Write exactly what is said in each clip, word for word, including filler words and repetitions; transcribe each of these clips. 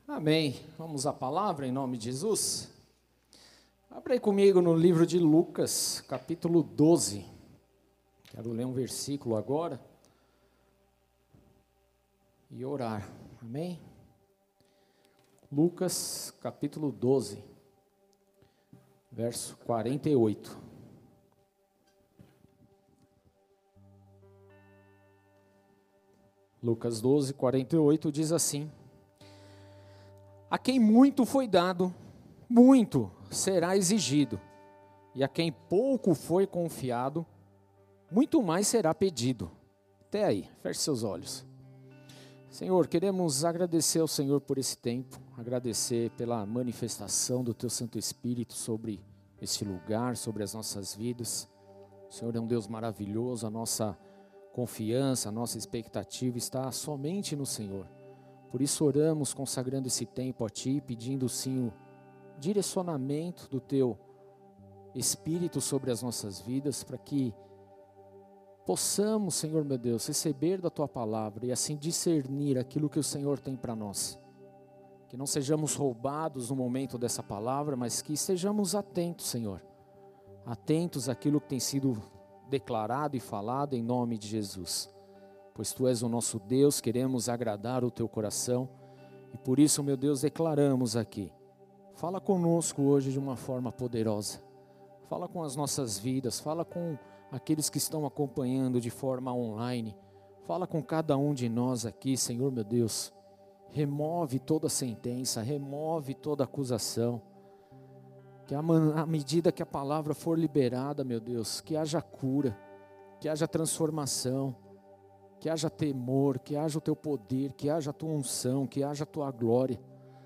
Amém. Vamos à palavra em nome de Jesus. Abre aí comigo no livro de Lucas, capítulo doze. Quero ler um versículo agora e orar. Amém? Lucas, capítulo doze, verso quarenta e oito. Lucas doze, quarenta e oito diz assim: A quem muito foi dado, muito será exigido, e a quem pouco foi confiado, muito mais será pedido. Até aí, feche seus olhos. Senhor, queremos agradecer ao Senhor por esse tempo, agradecer pela manifestação do Teu Santo Espírito sobre esse lugar, sobre as nossas vidas. O Senhor é um Deus maravilhoso, a nossa confiança, a nossa expectativa está somente no Senhor. Por isso oramos consagrando esse tempo a Ti, pedindo sim o direcionamento do Teu Espírito sobre as nossas vidas, para que possamos, Senhor meu Deus, receber da Tua palavra e assim discernir aquilo que o Senhor tem para nós. Que não sejamos roubados no momento dessa palavra, mas que estejamos atentos, Senhor. Atentos àquilo que tem sido declarado e falado em nome de Jesus. Pois Tu és o nosso Deus, queremos agradar o Teu coração. E por isso, meu Deus, declaramos aqui. Fala conosco hoje de uma forma poderosa. Fala com as nossas vidas, fala com aqueles que estão acompanhando de forma online. Fala com cada um de nós aqui, Senhor meu Deus. Remove toda sentença, remove toda acusação. Que à medida que a palavra for liberada, meu Deus, que haja cura, que haja transformação, que haja temor, que haja o Teu poder, que haja a Tua unção, que haja a Tua glória.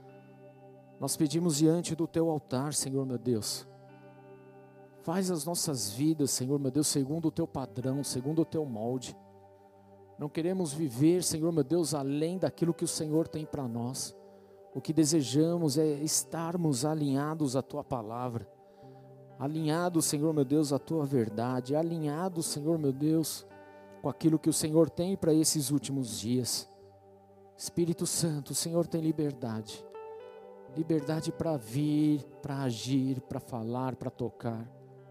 Nós pedimos diante do Teu altar, Senhor meu Deus. Faz as nossas vidas, Senhor meu Deus, segundo o Teu padrão, segundo o Teu molde. Não queremos viver, Senhor meu Deus, além daquilo que o Senhor tem para nós. O que desejamos é estarmos alinhados à Tua palavra. Alinhados, Senhor meu Deus, à Tua verdade. Alinhados, Senhor meu Deus, com aquilo que o Senhor tem para esses últimos dias. Espírito Santo, o Senhor tem liberdade. Liberdade para vir, para agir, para falar, para tocar.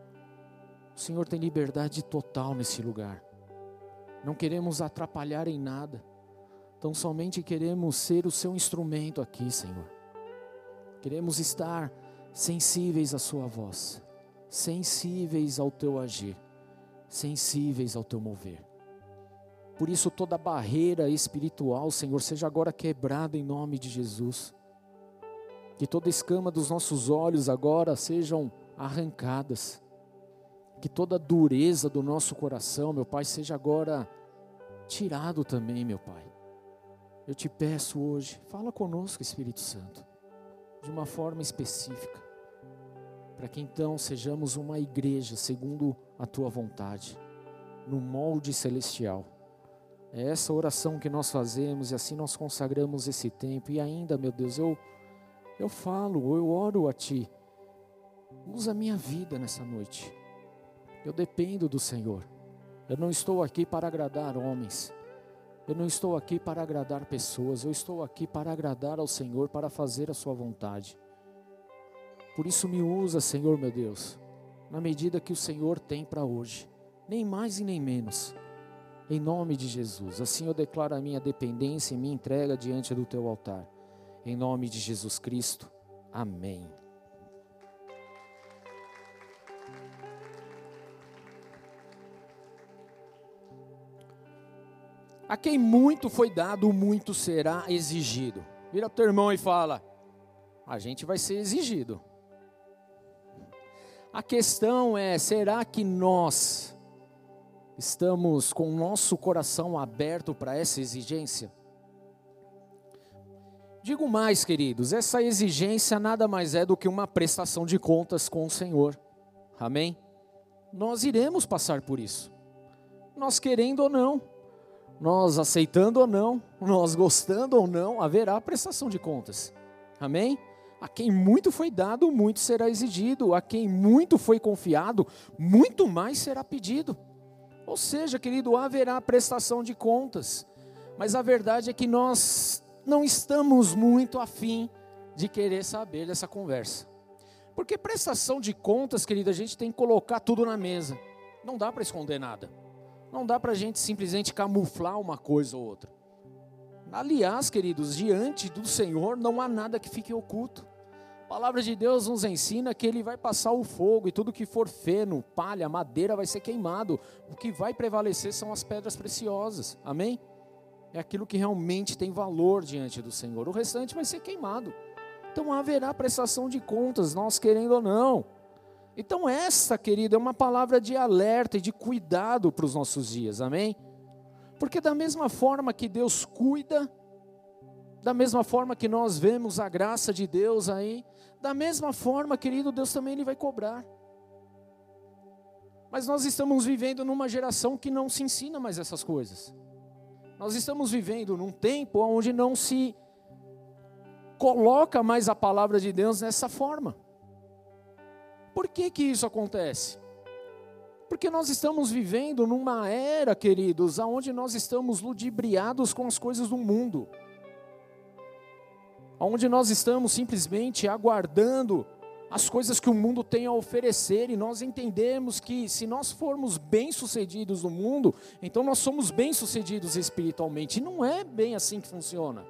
O Senhor tem liberdade total nesse lugar. Não queremos atrapalhar em nada. Então somente queremos ser o Seu instrumento aqui, Senhor. Queremos estar sensíveis à Sua voz. Sensíveis ao Teu agir. Sensíveis ao Teu mover. Por isso toda barreira espiritual, Senhor, seja agora quebrada em nome de Jesus. Que toda escama dos nossos olhos agora sejam arrancadas. Que toda dureza do nosso coração, meu Pai, seja agora tirado também, meu Pai. Eu te peço hoje, fala conosco, Espírito Santo, de uma forma específica, para que então sejamos uma igreja segundo a Tua vontade, no molde celestial. É essa oração que nós fazemos e assim nós consagramos esse tempo. E ainda, meu Deus, eu, eu falo, eu oro a Ti. Usa a minha vida nessa noite. Eu dependo do Senhor. Eu não estou aqui para agradar homens. Eu não estou aqui para agradar pessoas. Eu estou aqui para agradar ao Senhor, para fazer a Sua vontade. Por isso me usa, Senhor meu Deus, na medida que o Senhor tem para hoje. Nem mais e nem menos. Em nome de Jesus, assim eu declaro a minha dependência e minha entrega diante do Teu altar. Em nome de Jesus Cristo, amém. A quem muito foi dado, muito será exigido. Vira para o teu irmão e fala, a gente vai ser exigido. A questão é, será que nós estamos com o nosso coração aberto para essa exigência? Digo mais, queridos, essa exigência nada mais é do que uma prestação de contas com o Senhor. Amém? Nós iremos passar por isso. Nós querendo ou não, nós aceitando ou não, nós gostando ou não, haverá prestação de contas. Amém? A quem muito foi dado, muito será exigido. A quem muito foi confiado, muito mais será pedido. Ou seja, querido, haverá prestação de contas. Mas a verdade é que nós não estamos muito afim de querer saber dessa conversa. Porque prestação de contas, querido, a gente tem que colocar tudo na mesa. Não dá para esconder nada. Não dá para a gente simplesmente camuflar uma coisa ou outra. Aliás, queridos, diante do Senhor não há nada que fique oculto. A palavra de Deus nos ensina que Ele vai passar o fogo e tudo que for feno, palha, madeira vai ser queimado. O que vai prevalecer são as pedras preciosas. Amém? É aquilo que realmente tem valor diante do Senhor. O restante vai ser queimado. Então haverá prestação de contas, nós querendo ou não. Então essa, querido, é uma palavra de alerta e de cuidado para os nossos dias. Amém? Porque da mesma forma que Deus cuida, da mesma forma que nós vemos a graça de Deus aí, da mesma forma, querido, Deus também Ele vai cobrar. Mas nós estamos vivendo numa geração que não se ensina mais essas coisas. Nós estamos vivendo num tempo onde não se coloca mais a palavra de Deus nessa forma. Por que que isso acontece? Porque nós estamos vivendo numa era, queridos, onde nós estamos ludibriados com as coisas do mundo. Onde nós estamos simplesmente aguardando as coisas que o mundo tem a oferecer, e nós entendemos que se nós formos bem-sucedidos no mundo, então nós somos bem-sucedidos espiritualmente. E não é bem assim que funciona.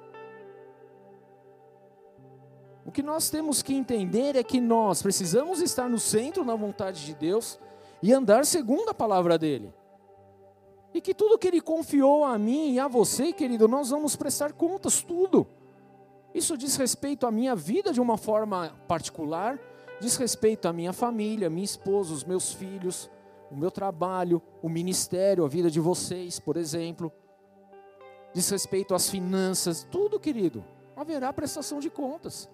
O que nós temos que entender é que nós precisamos estar no centro da vontade de Deus e andar segundo a palavra dEle. E que tudo que Ele confiou a mim e a você, querido, nós vamos prestar contas, tudo. Isso diz respeito à minha vida de uma forma particular, diz respeito à minha família, minha esposa, os meus filhos, o meu trabalho, o ministério, a vida de vocês, por exemplo. Diz respeito às finanças, tudo, querido. Haverá prestação de contas.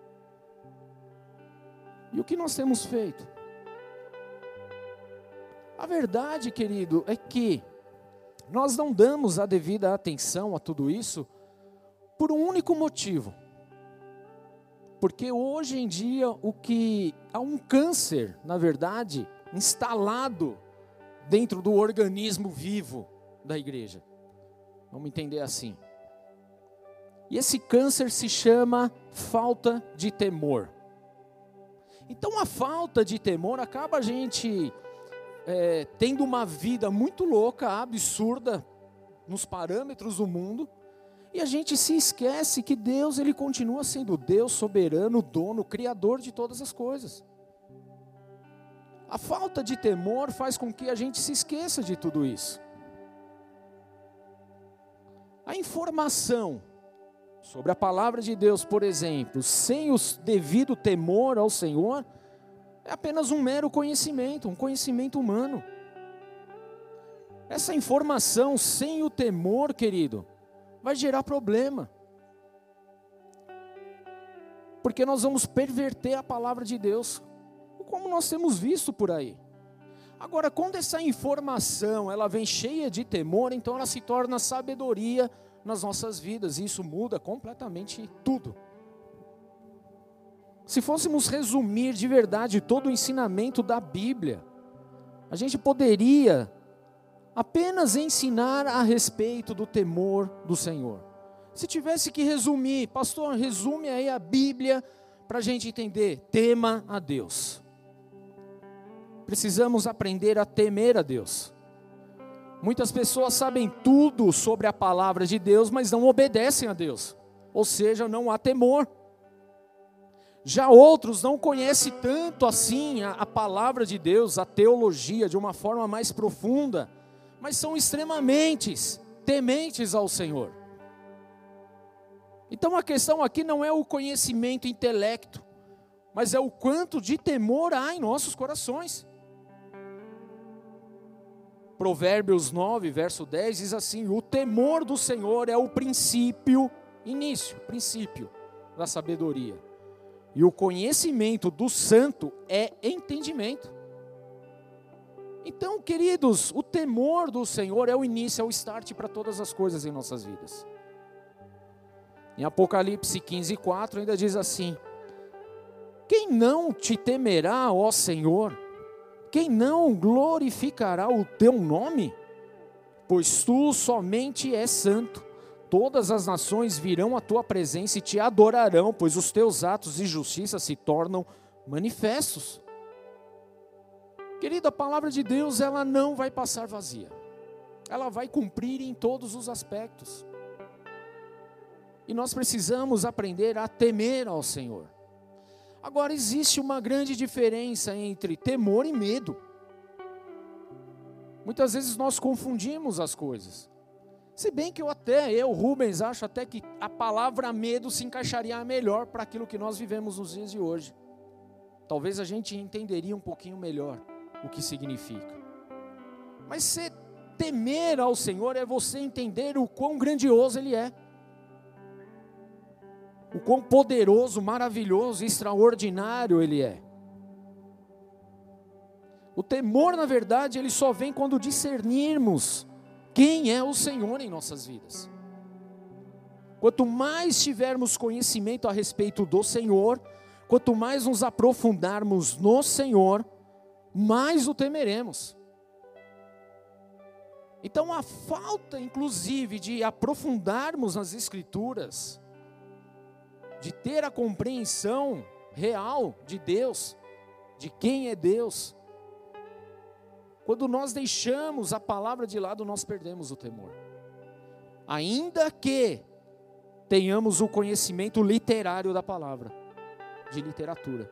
E o que nós temos feito? A verdade, querido, é que nós não damos a devida atenção a tudo isso por um único motivo. Porque hoje em dia o que há um câncer, na verdade, instalado dentro do organismo vivo da igreja. Vamos entender assim. E esse câncer se chama falta de temor. Então a falta de temor acaba a gente é, tendo uma vida muito louca, absurda, nos parâmetros do mundo, e a gente se esquece que Deus, Ele continua sendo Deus soberano, dono, criador de todas as coisas. A falta de temor faz com que a gente se esqueça de tudo isso. A informação sobre a palavra de Deus, por exemplo, sem o devido temor ao Senhor, é apenas um mero conhecimento, um conhecimento humano. Essa informação sem o temor, querido, vai gerar problema. Porque nós vamos perverter a palavra de Deus, como nós temos visto por aí. Agora, quando essa informação ela vem cheia de temor, então ela se torna sabedoria nas nossas vidas, e isso muda completamente tudo. Se fôssemos resumir de verdade todo o ensinamento da Bíblia, a gente poderia apenas ensinar a respeito do temor do Senhor. Se tivesse que resumir, pastor, resume aí a Bíblia para a gente entender: tema a Deus. Precisamos aprender a temer a Deus. Muitas pessoas sabem tudo sobre a palavra de Deus, mas não obedecem a Deus. Ou seja, não há temor. Já outros não conhecem tanto assim a, a palavra de Deus, a teologia, de uma forma mais profunda, mas são extremamente tementes ao Senhor. Então a questão aqui não é o conhecimento intelecto, mas é o quanto de temor há em nossos corações. Provérbios nove, verso dez, diz assim: o temor do Senhor é o princípio, início, princípio da sabedoria. E o conhecimento do santo é entendimento. Então, queridos, o temor do Senhor é o início, é o start para todas as coisas em nossas vidas. Em Apocalipse quinze, quatro ainda diz assim: quem não te temerá, ó Senhor? Quem não glorificará o teu nome? Pois tu somente és santo, todas as nações virão à tua presença e te adorarão, pois os teus atos de justiça se tornam manifestos. Querido, a palavra de Deus, ela não vai passar vazia. Ela vai cumprir em todos os aspectos. E nós precisamos aprender a temer ao Senhor. Agora, existe uma grande diferença entre temor e medo. Muitas vezes nós confundimos as coisas. Se bem que eu até, eu, Rubens, acho até que a palavra medo se encaixaria melhor para aquilo que nós vivemos nos dias de hoje. Talvez a gente entenderia um pouquinho melhor o que significa. Mas ser temer ao Senhor é você entender o quão grandioso Ele é. O quão poderoso, maravilhoso, extraordinário Ele é. O temor, na verdade, ele só vem quando discernirmos quem é o Senhor em nossas vidas. Quanto mais tivermos conhecimento a respeito do Senhor, quanto mais nos aprofundarmos no Senhor, mais o temeremos. Então a falta, inclusive, de aprofundarmos nas Escrituras, de ter a compreensão real de Deus, de quem é Deus, quando nós deixamos a palavra de lado, nós perdemos o temor. Ainda que tenhamos o conhecimento literário da palavra, de literatura.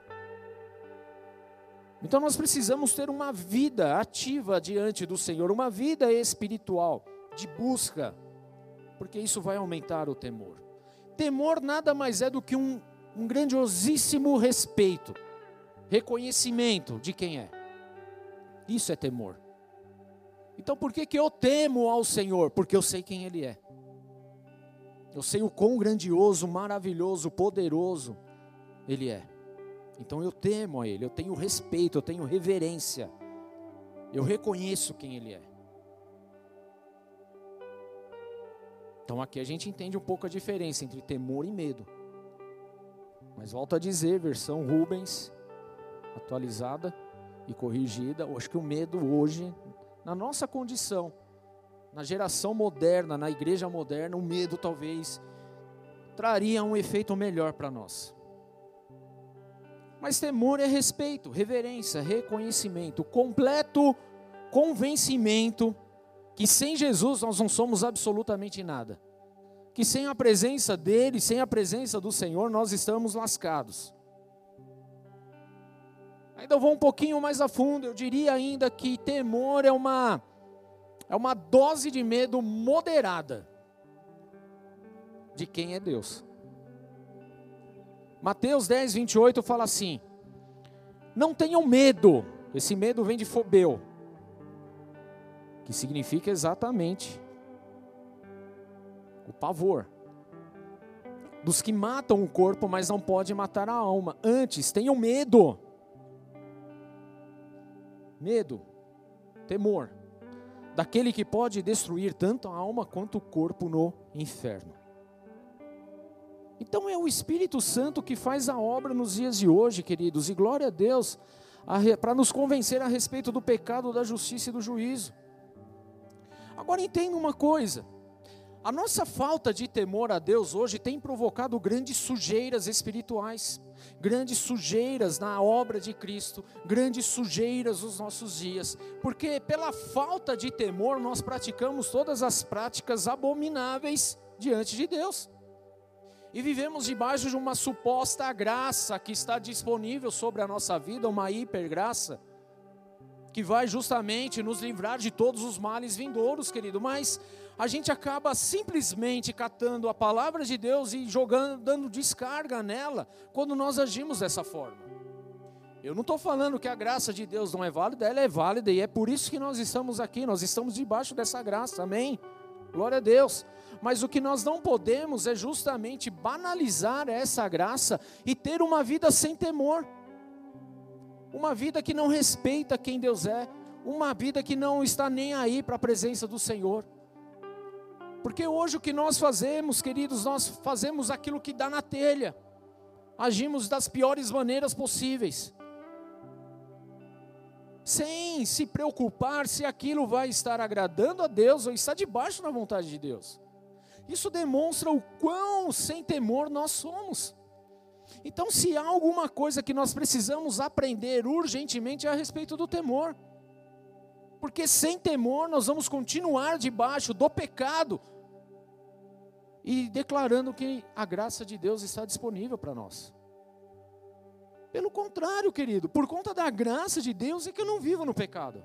Então nós precisamos ter uma vida ativa diante do Senhor, uma vida espiritual, de busca, porque isso vai aumentar o temor. Temor nada mais é do que um, um grandiosíssimo respeito, reconhecimento de quem é. Isso é temor. Então por que que eu temo ao Senhor? Porque eu sei quem Ele é. Eu sei o quão grandioso, maravilhoso, poderoso Ele é. Então eu temo a Ele, eu tenho respeito, eu tenho reverência. Eu reconheço quem Ele é. Então aqui a gente entende um pouco a diferença entre temor e medo. Mas volto a dizer, versão Rubens, atualizada e corrigida. Eu acho que o medo hoje, na nossa condição, na geração moderna, na igreja moderna, o medo talvez traria um efeito melhor para nós. Mas temor é respeito, reverência, reconhecimento, completo convencimento que sem Jesus nós não somos absolutamente nada. Que sem a presença dEle, sem a presença do Senhor, nós estamos lascados. Ainda vou um pouquinho mais a fundo, eu diria ainda que temor é uma, é uma dose de medo moderada de quem é Deus. Mateus dez, vinte e oito fala assim: não tenham medo, esse medo vem de fobeu, que significa exatamente o pavor, dos que matam o corpo, mas não podem matar a alma. Antes, tenham medo, medo, temor, daquele que pode destruir tanto a alma quanto o corpo no inferno. Então é o Espírito Santo que faz a obra nos dias de hoje, queridos, e glória a Deus, para nos convencer a respeito do pecado, da justiça e do juízo. Agora entenda uma coisa, a nossa falta de temor a Deus hoje tem provocado grandes sujeiras espirituais, grandes sujeiras na obra de Cristo, grandes sujeiras nos nossos dias, porque pela falta de temor nós praticamos todas as práticas abomináveis diante de Deus. E vivemos debaixo de uma suposta graça que está disponível sobre a nossa vida, uma hipergraça, que vai justamente nos livrar de todos os males vindouros, querido. Mas a gente acaba simplesmente catando a palavra de Deus e jogando, dando descarga nela, quando nós agimos dessa forma. Eu não estou falando que a graça de Deus não é válida, ela é válida, e é por isso que nós estamos aqui, nós estamos debaixo dessa graça, amém? Glória a Deus. Mas o que nós não podemos é justamente banalizar essa graça e ter uma vida sem temor. Uma vida que não respeita quem Deus é. Uma vida que não está nem aí para a presença do Senhor. Porque hoje o que nós fazemos, queridos, nós fazemos aquilo que dá na telha. Agimos das piores maneiras possíveis. Sem se preocupar se aquilo vai estar agradando a Deus ou está debaixo da vontade de Deus. Isso demonstra o quão sem temor nós somos. Então, se há alguma coisa que nós precisamos aprender urgentemente é a respeito do temor. Porque sem temor nós vamos continuar debaixo do pecado e declarando que a graça de Deus está disponível para nós. Pelo contrário, querido, por conta da graça de Deus é que eu não vivo no pecado.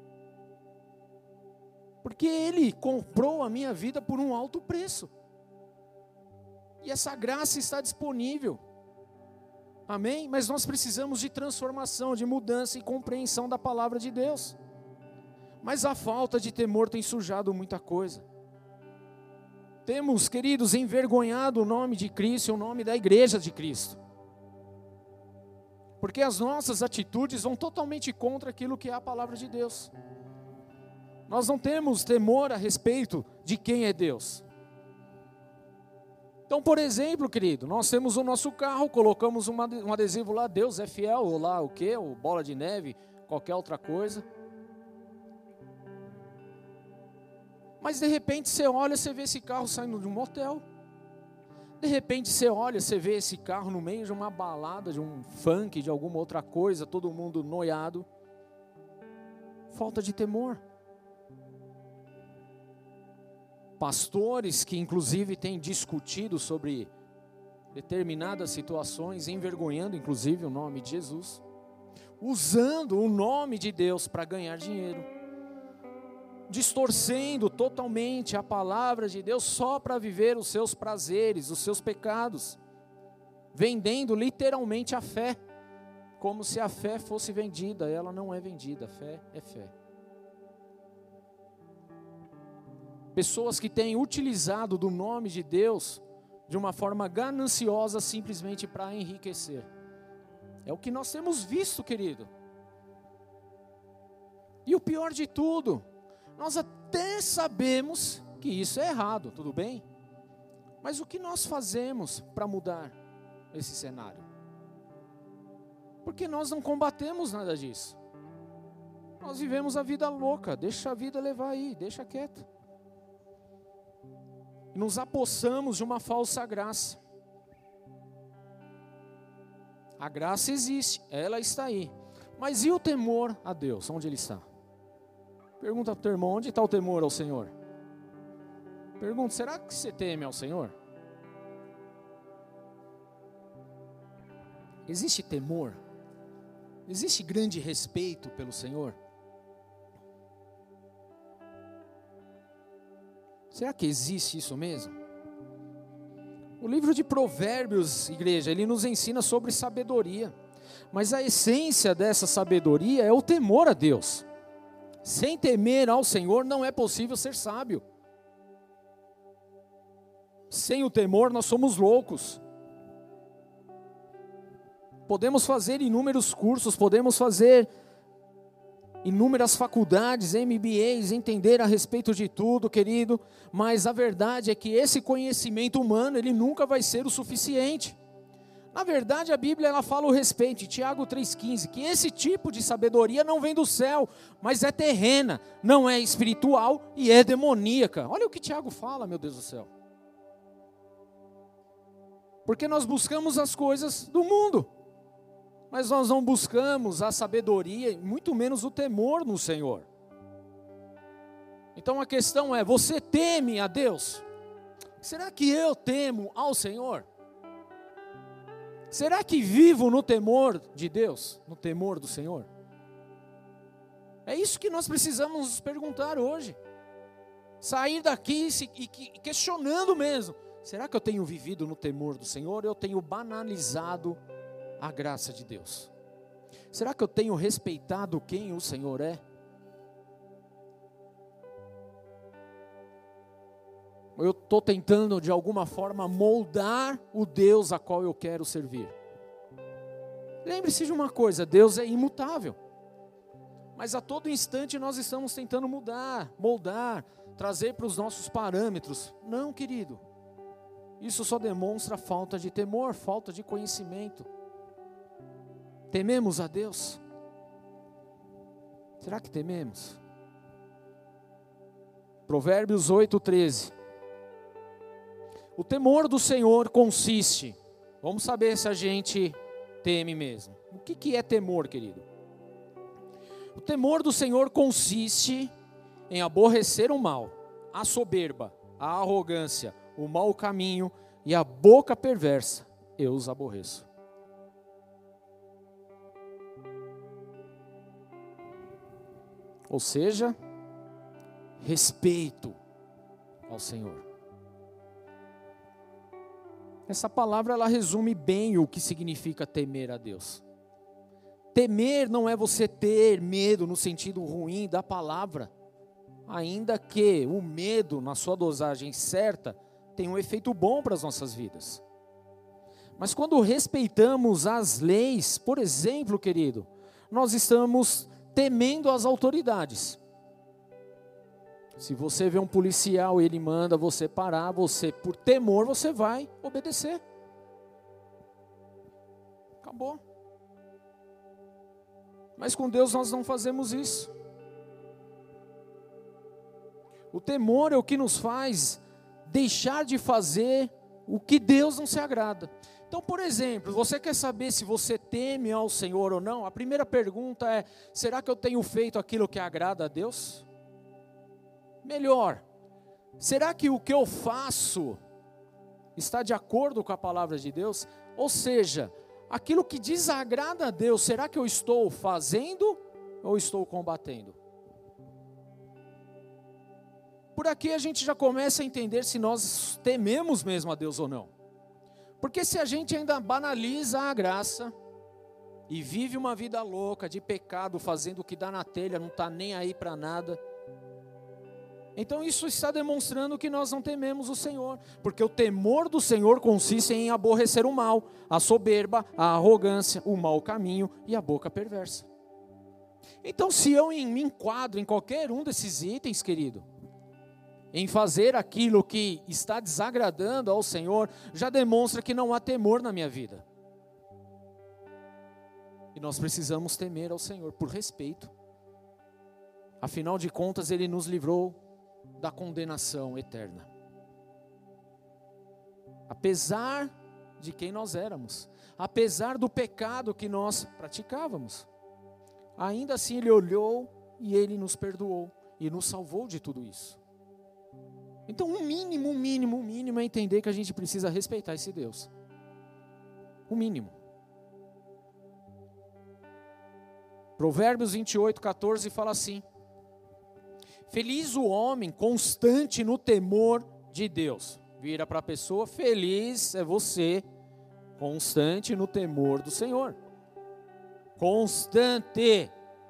Porque Ele comprou a minha vida por um alto preço. E essa graça está disponível. Amém? Mas nós precisamos de transformação, de mudança e compreensão da palavra de Deus. Mas a falta de temor tem sujado muita coisa. Temos, queridos, envergonhado o nome de Cristo e o nome da igreja de Cristo. Porque as nossas atitudes vão totalmente contra aquilo que é a palavra de Deus. Nós não temos temor a respeito de quem é Deus. Então, por exemplo, querido, nós temos o nosso carro, colocamos uma, um adesivo lá, Deus é fiel, ou lá o quê, ou bola de neve, qualquer outra coisa. Mas de repente você olha, você vê esse carro saindo de um motel. De repente você olha, você vê esse carro no meio de uma balada, de um funk, de alguma outra coisa, todo mundo noiado. Falta de temor. Pastores que inclusive têm discutido sobre determinadas situações, envergonhando inclusive o nome de Jesus, usando o nome de Deus para ganhar dinheiro, distorcendo totalmente a palavra de Deus só para viver os seus prazeres, os seus pecados, vendendo literalmente a fé, como se a fé fosse vendida. Ela não é vendida, a fé é fé. Pessoas que têm utilizado do nome de Deus de uma forma gananciosa simplesmente para enriquecer. É o que nós temos visto, querido. E o pior de tudo, nós até sabemos que isso é errado, tudo bem? Mas o que nós fazemos para mudar esse cenário? Porque nós não combatemos nada disso. Nós vivemos a vida louca, deixa a vida levar aí, deixa quieto. Nos apossamos de uma falsa graça. A graça existe, ela está aí. Mas e o temor a Deus? Onde ele está? Pergunta para o teu irmão, onde está o temor ao Senhor? Pergunta, será que você teme ao Senhor? Existe temor? Existe grande respeito pelo Senhor? Será que existe isso mesmo? O livro de Provérbios, igreja, ele nos ensina sobre sabedoria. Mas a essência dessa sabedoria é o temor a Deus. Sem temer ao Senhor não é possível ser sábio. Sem o temor nós somos loucos. Podemos fazer inúmeros cursos, podemos fazer inúmeras faculdades, M B As, entender a respeito de tudo, querido, mas a verdade é que esse conhecimento humano, ele nunca vai ser o suficiente. Na verdade, a Bíblia ela fala o respeito, em Tiago três quinze, que esse tipo de sabedoria não vem do céu, mas é terrena, não é espiritual e é demoníaca. Olha o que Tiago fala, meu Deus do céu. Porque nós buscamos as coisas do mundo, mas nós não buscamos a sabedoria, muito menos o temor no Senhor. Então a questão é, você teme a Deus? Será que eu temo ao Senhor? Será que vivo no temor de Deus, no temor do Senhor? É isso que nós precisamos nos perguntar hoje. Sair daqui e questionando mesmo, será que eu tenho vivido no temor do Senhor? Ou eu tenho banalizado a graça de Deus? Será que eu tenho respeitado quem o Senhor é? Eu estou tentando de alguma forma moldar o Deus a qual eu quero servir. Lembre-se de uma coisa, Deus é imutável. Mas a todo instante nós estamos tentando mudar, moldar, trazer para os nossos parâmetros. Não, querido. Isso só demonstra falta de temor, falta de conhecimento. Tememos a Deus? Será que tememos? Provérbios oito, treze. O temor do Senhor consiste, vamos saber se a gente teme mesmo. O que, que é temor, querido? O temor do Senhor consiste em aborrecer o mal, a soberba, a arrogância, o mau caminho e a boca perversa. Eu os aborreço. Ou seja, respeito ao Senhor. Essa palavra ela resume bem o que significa temer a Deus. Temer não é você ter medo no sentido ruim da palavra, ainda que o medo, na sua dosagem certa, tenha um efeito bom para as nossas vidas. Mas quando respeitamos as leis, por exemplo, querido, nós estamos temendo as autoridades. Se você vê um policial e ele manda você parar, você, por temor, você vai obedecer. Acabou. Mas com Deus nós não fazemos isso. O temor é o que nos faz deixar de fazer o que Deus não se agrada. Então, por exemplo, você quer saber se você teme ao Senhor ou não? A primeira pergunta é: será que eu tenho feito aquilo que agrada a Deus? Melhor, será que o que eu faço está de acordo com a palavra de Deus? Ou seja, aquilo que desagrada a Deus, será que eu estou fazendo ou estou combatendo? Por aqui a gente já começa a entender se nós tememos mesmo a Deus ou não. Porque se a gente ainda banaliza a graça e vive uma vida louca de pecado, fazendo o que dá na telha, não está nem aí para nada, então isso está demonstrando que nós não tememos o Senhor, porque o temor do Senhor consiste em aborrecer o mal, a soberba, a arrogância, o mau caminho e a boca perversa. Então se eu me enquadro em qualquer um desses itens, querido, em fazer aquilo que está desagradando ao Senhor, já demonstra que não há temor na minha vida. E nós precisamos temer ao Senhor por respeito. Afinal de contas, Ele nos livrou da condenação eterna. Apesar de quem nós éramos, apesar do pecado que nós praticávamos, ainda assim Ele olhou e Ele nos perdoou e nos salvou de tudo isso. Então, o mínimo, o mínimo, o mínimo é entender que a gente precisa respeitar esse Deus. O mínimo. Provérbios vinte e oito, quatorze fala assim: feliz o homem constante no temor de Deus. Vira para a pessoa: feliz é você, constante no temor do Senhor. Constante.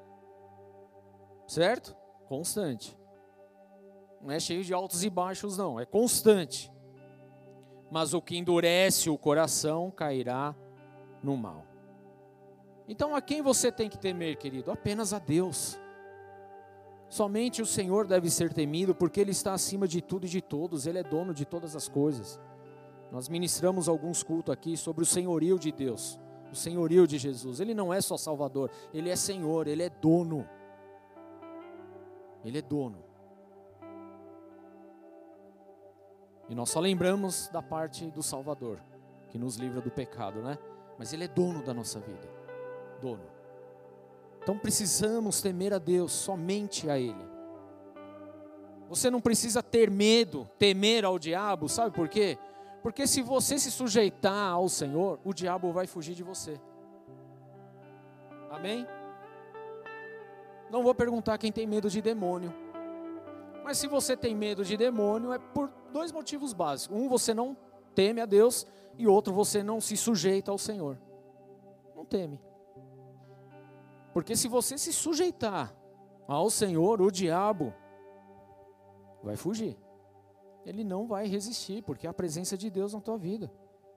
Certo? Constante. Não é cheio de altos e baixos, não, é constante. Mas o que endurece o coração cairá no mal. Então a quem você tem que temer, querido? Apenas a Deus. Somente o Senhor deve ser temido, porque Ele está acima de tudo e de todos, Ele é dono de todas as coisas. Nós ministramos alguns cultos aqui sobre o senhorio de Deus, o senhorio de Jesus. Ele não é só Salvador, Ele é Senhor, Ele é dono. Ele é dono. E nós só lembramos da parte do Salvador, que nos livra do pecado, né? Mas Ele é dono da nossa vida, dono. Então precisamos temer a Deus, somente a Ele. Você não precisa ter medo, temer ao diabo, sabe por quê? Porque se você se sujeitar ao Senhor, o diabo vai fugir de você. Amém? Não vou perguntar quem tem medo de demônio. Mas se você tem medo de demônio, é por dois motivos básicos. Um, você não teme a Deus, e outro, você não se sujeita ao Senhor. Não teme. Porque se você se sujeitar ao Senhor, o diabo vai fugir. Ele não vai resistir, porque é a presença de Deus na tua vida.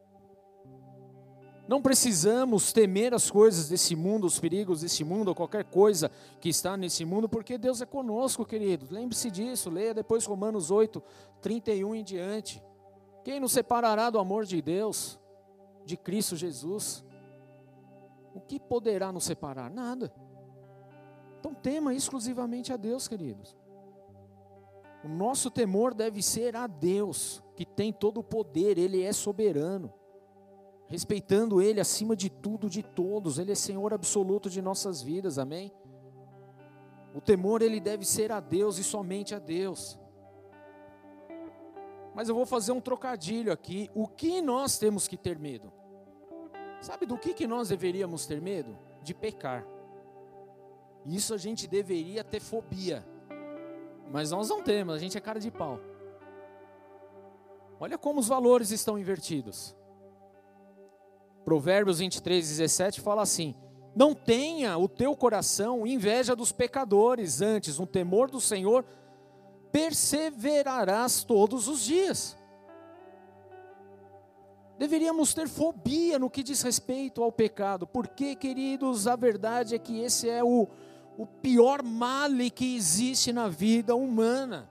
Não precisamos temer as coisas desse mundo, os perigos desse mundo, ou qualquer coisa que está nesse mundo, porque Deus é conosco, querido. Lembre-se disso, leia depois Romanos oito, trinta e um em diante. Quem nos separará do amor de Deus, de Cristo Jesus? O que poderá nos separar? Nada. Então tema exclusivamente a Deus, queridos. O nosso temor deve ser a Deus, que tem todo o poder, Ele é soberano. Respeitando Ele acima de tudo, de todos, Ele é Senhor absoluto de nossas vidas, amém? O temor, ele deve ser a Deus e somente a Deus. Mas eu vou fazer um trocadilho aqui. O que nós temos que ter medo? Sabe do que, que nós deveríamos ter medo? De pecar. Isso a gente deveria ter fobia. Mas nós não temos, a gente é cara de pau. Olha como os valores estão invertidos. Provérbios vinte e três, dezessete fala assim: não tenha o teu coração inveja dos pecadores, antes, no temor do Senhor, perseverarás todos os dias. Deveríamos ter fobia no que diz respeito ao pecado, porque, queridos, a verdade é que esse é o, o pior male que existe na vida humana.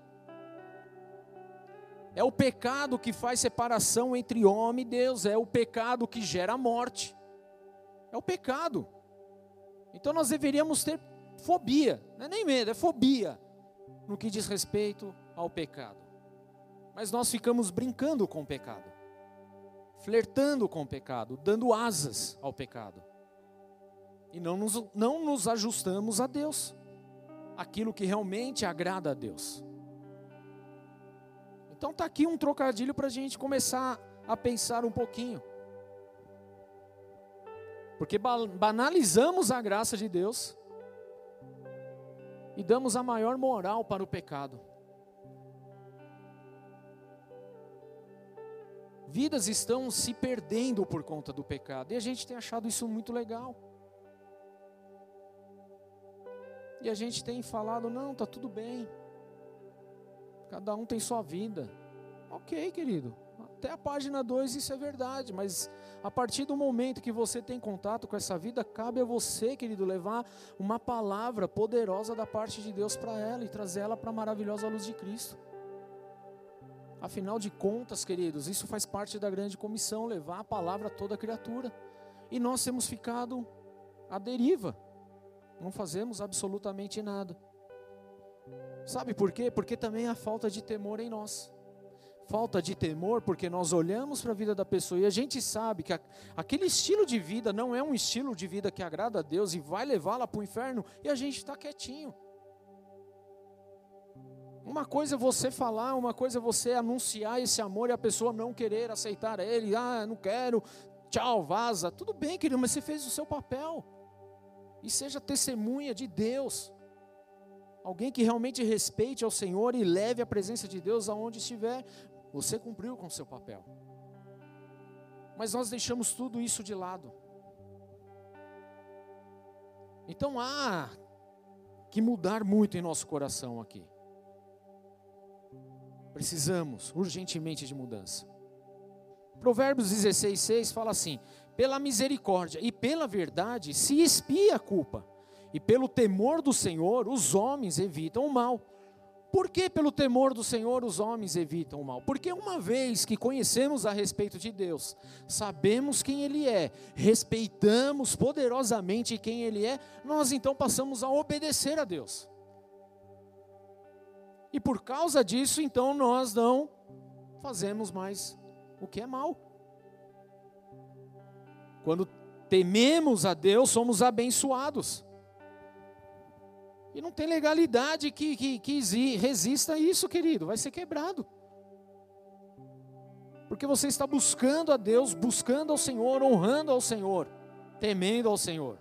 É o pecado que faz separação entre homem e Deus, é o pecado que gera a morte, é o pecado. Então nós deveríamos ter fobia, não é nem medo, é fobia, no que diz respeito ao pecado. Mas nós ficamos brincando com o pecado, flertando com o pecado, dando asas ao pecado. E não nos, não nos ajustamos a Deus, aquilo que realmente agrada a Deus. Então está aqui um trocadilho para a gente começar a pensar um pouquinho. Porque banalizamos a graça de Deus e damos a maior moral para o pecado. Vidas estão se perdendo por conta do pecado, e a gente tem achado isso muito legal. E a gente tem falado, não, está tudo bem, cada um tem sua vida. Ok, querido, até a página dois isso é verdade, mas a partir do momento que você tem contato com essa vida, cabe a você, querido, levar uma palavra poderosa da parte de Deus para ela e trazer ela para a maravilhosa luz de Cristo. Afinal de contas, queridos, isso faz parte da grande comissão, levar a palavra a toda criatura. E nós temos ficado à deriva, não fazemos absolutamente nada. Sabe por quê? Porque também há falta de temor em nós. Falta de temor porque nós olhamos para a vida da pessoa e a gente sabe que a, aquele estilo de vida não é um estilo de vida que agrada a Deus e vai levá-la para o inferno, e a gente está quietinho. Uma coisa é você falar, uma coisa é você anunciar esse amor e a pessoa não querer aceitar ele. Ah, não quero, tchau, vaza. Tudo bem, querido, mas você fez o seu papel. E seja testemunha de Deus. Alguém que realmente respeite ao Senhor e leve a presença de Deus aonde estiver. Você cumpriu com o seu papel. Mas nós deixamos tudo isso de lado. Então há que mudar muito em nosso coração aqui. Precisamos urgentemente de mudança. Provérbios dezesseis, seis fala assim: pela misericórdia e pela verdade se expia a culpa, e pelo temor do Senhor os homens evitam o mal. Por que pelo temor do Senhor os homens evitam o mal? Porque uma vez que conhecemos a respeito de Deus, sabemos quem Ele é, respeitamos poderosamente quem Ele é, nós então passamos a obedecer a Deus. E por causa disso, então, nós não fazemos mais o que é mal. Quando tememos a Deus, somos abençoados. E não tem legalidade que, que, que resista a isso, querido, vai ser quebrado. Porque você está buscando a Deus, buscando ao Senhor, honrando ao Senhor, temendo ao Senhor.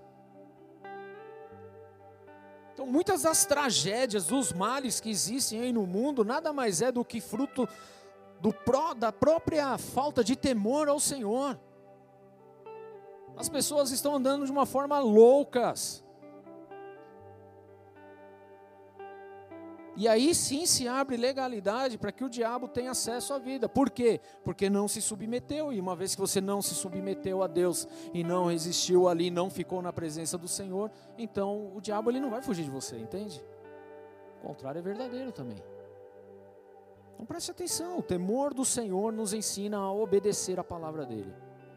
Então muitas das tragédias, dos males que existem aí no mundo, nada mais é do que fruto do pró, da própria falta de temor ao Senhor. As pessoas estão andando de uma forma loucas. E aí sim se abre legalidade para que o diabo tenha acesso à vida. Por quê? Porque não se submeteu. E uma vez que você não se submeteu a Deus e não resistiu ali, não ficou na presença do Senhor, então o diabo ele não vai fugir de você, entende? O contrário é verdadeiro também. Então preste atenção, o temor do Senhor nos ensina a obedecer a palavra dele.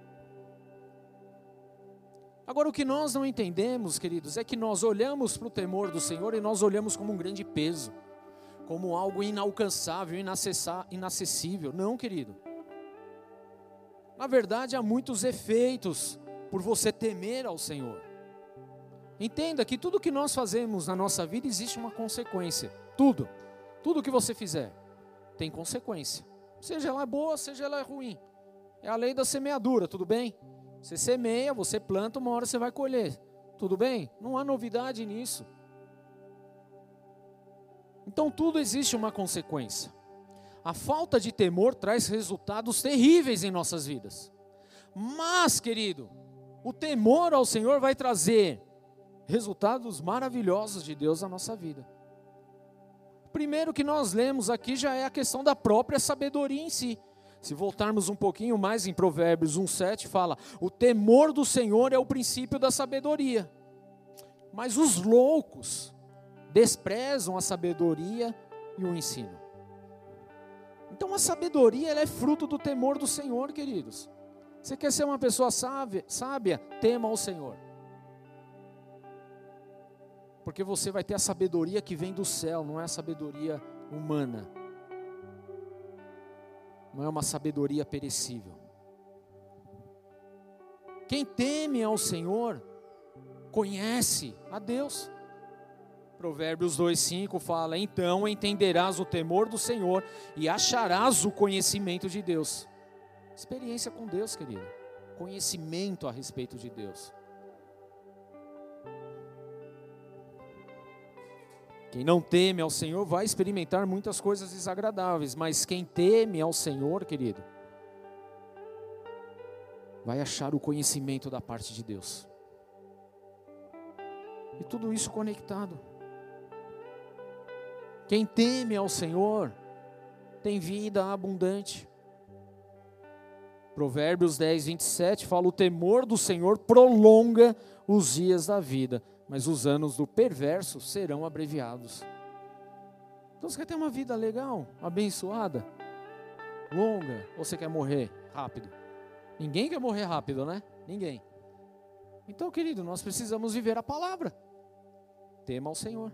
Agora o que nós não entendemos, queridos, é que nós olhamos para o temor do Senhor e nós olhamos como um grande peso. como algo inalcançável, inacessível. Não, querido. Na verdade, há muitos efeitos por você temer ao Senhor. Entenda que tudo que nós fazemos na nossa vida existe uma consequência. Tudo. Tudo que você fizer tem consequência. Seja ela boa, seja ela ruim. É a lei da semeadura, tudo bem? Você semeia, você planta, uma hora você vai colher. Tudo bem? Não há novidade nisso. Então tudo existe uma consequência. A falta de temor traz resultados terríveis em nossas vidas. Mas, querido, o temor ao Senhor vai trazer resultados maravilhosos de Deus na nossa vida. Primeiro que nós lemos aqui já é a questão da própria sabedoria em si. Se voltarmos um pouquinho mais em Provérbios um, sete, fala: o temor do Senhor é o princípio da sabedoria. Mas os loucos desprezam a sabedoria e o ensino. Então a sabedoria ela é fruto do temor do Senhor, queridos. Você quer ser uma pessoa sábia, sábia, tema ao Senhor. Porque você vai ter a sabedoria que vem do céu, não é a sabedoria humana. Não é uma sabedoria perecível. Quem teme ao Senhor, conhece a Deus. Provérbios dois, cinco fala: então entenderás o temor do Senhor e acharás o conhecimento de Deus. Experiência com Deus, querido. Conhecimento a respeito de Deus. Quem não teme ao Senhor vai experimentar muitas coisas desagradáveis, mas quem teme ao Senhor, querido, vai achar o conhecimento da parte de Deus. E tudo isso conectado. Quem teme ao Senhor tem vida abundante. Provérbios dez, vinte e sete fala: o temor do Senhor prolonga os dias da vida, mas os anos do perverso serão abreviados. Então você quer ter uma vida legal, abençoada, longa, ou você quer morrer rápido? Ninguém quer morrer rápido, né? Ninguém. Então, querido, nós precisamos viver a palavra. Tema ao Senhor.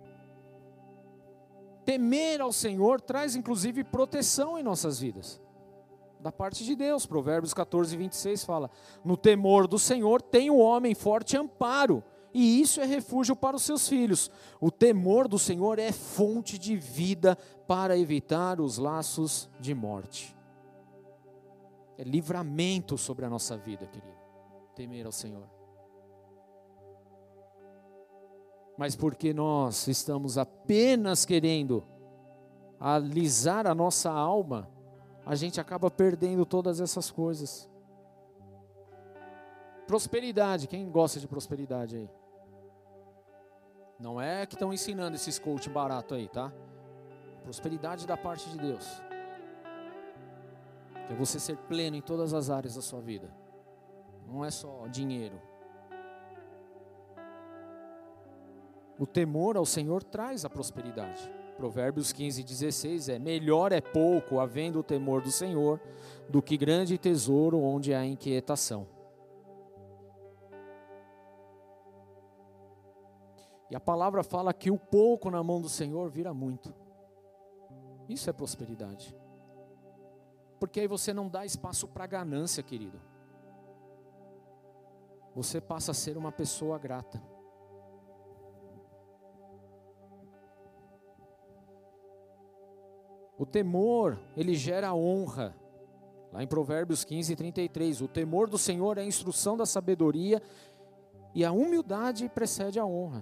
Temer ao Senhor traz inclusive proteção em nossas vidas, da parte de Deus. Provérbios catorze, vinte e seis fala: no temor do Senhor tem o homem forte amparo, e isso é refúgio para os seus filhos. O temor do Senhor é fonte de vida para evitar os laços de morte. É livramento sobre a nossa vida, querido. Temer ao Senhor. Mas porque nós estamos apenas querendo alisar a nossa alma, a gente acaba perdendo todas essas coisas. Prosperidade, quem gosta de prosperidade aí? Não é que estão ensinando esses coach barato aí, tá? Prosperidade da parte de Deus. É você ser pleno em todas as áreas da sua vida. Não é só dinheiro. O temor ao Senhor traz a prosperidade. Provérbios quinze, dezesseis é: melhor é pouco, havendo o temor do Senhor, do que grande tesouro onde há inquietação. E a palavra fala que o pouco na mão do Senhor vira muito. Isso é prosperidade. Porque aí você não dá espaço para ganância, querido. Você passa a ser uma pessoa grata. O temor, ele gera honra. Lá em Provérbios quinze, trinta e três, o temor do Senhor é a instrução da sabedoria e a humildade precede a honra.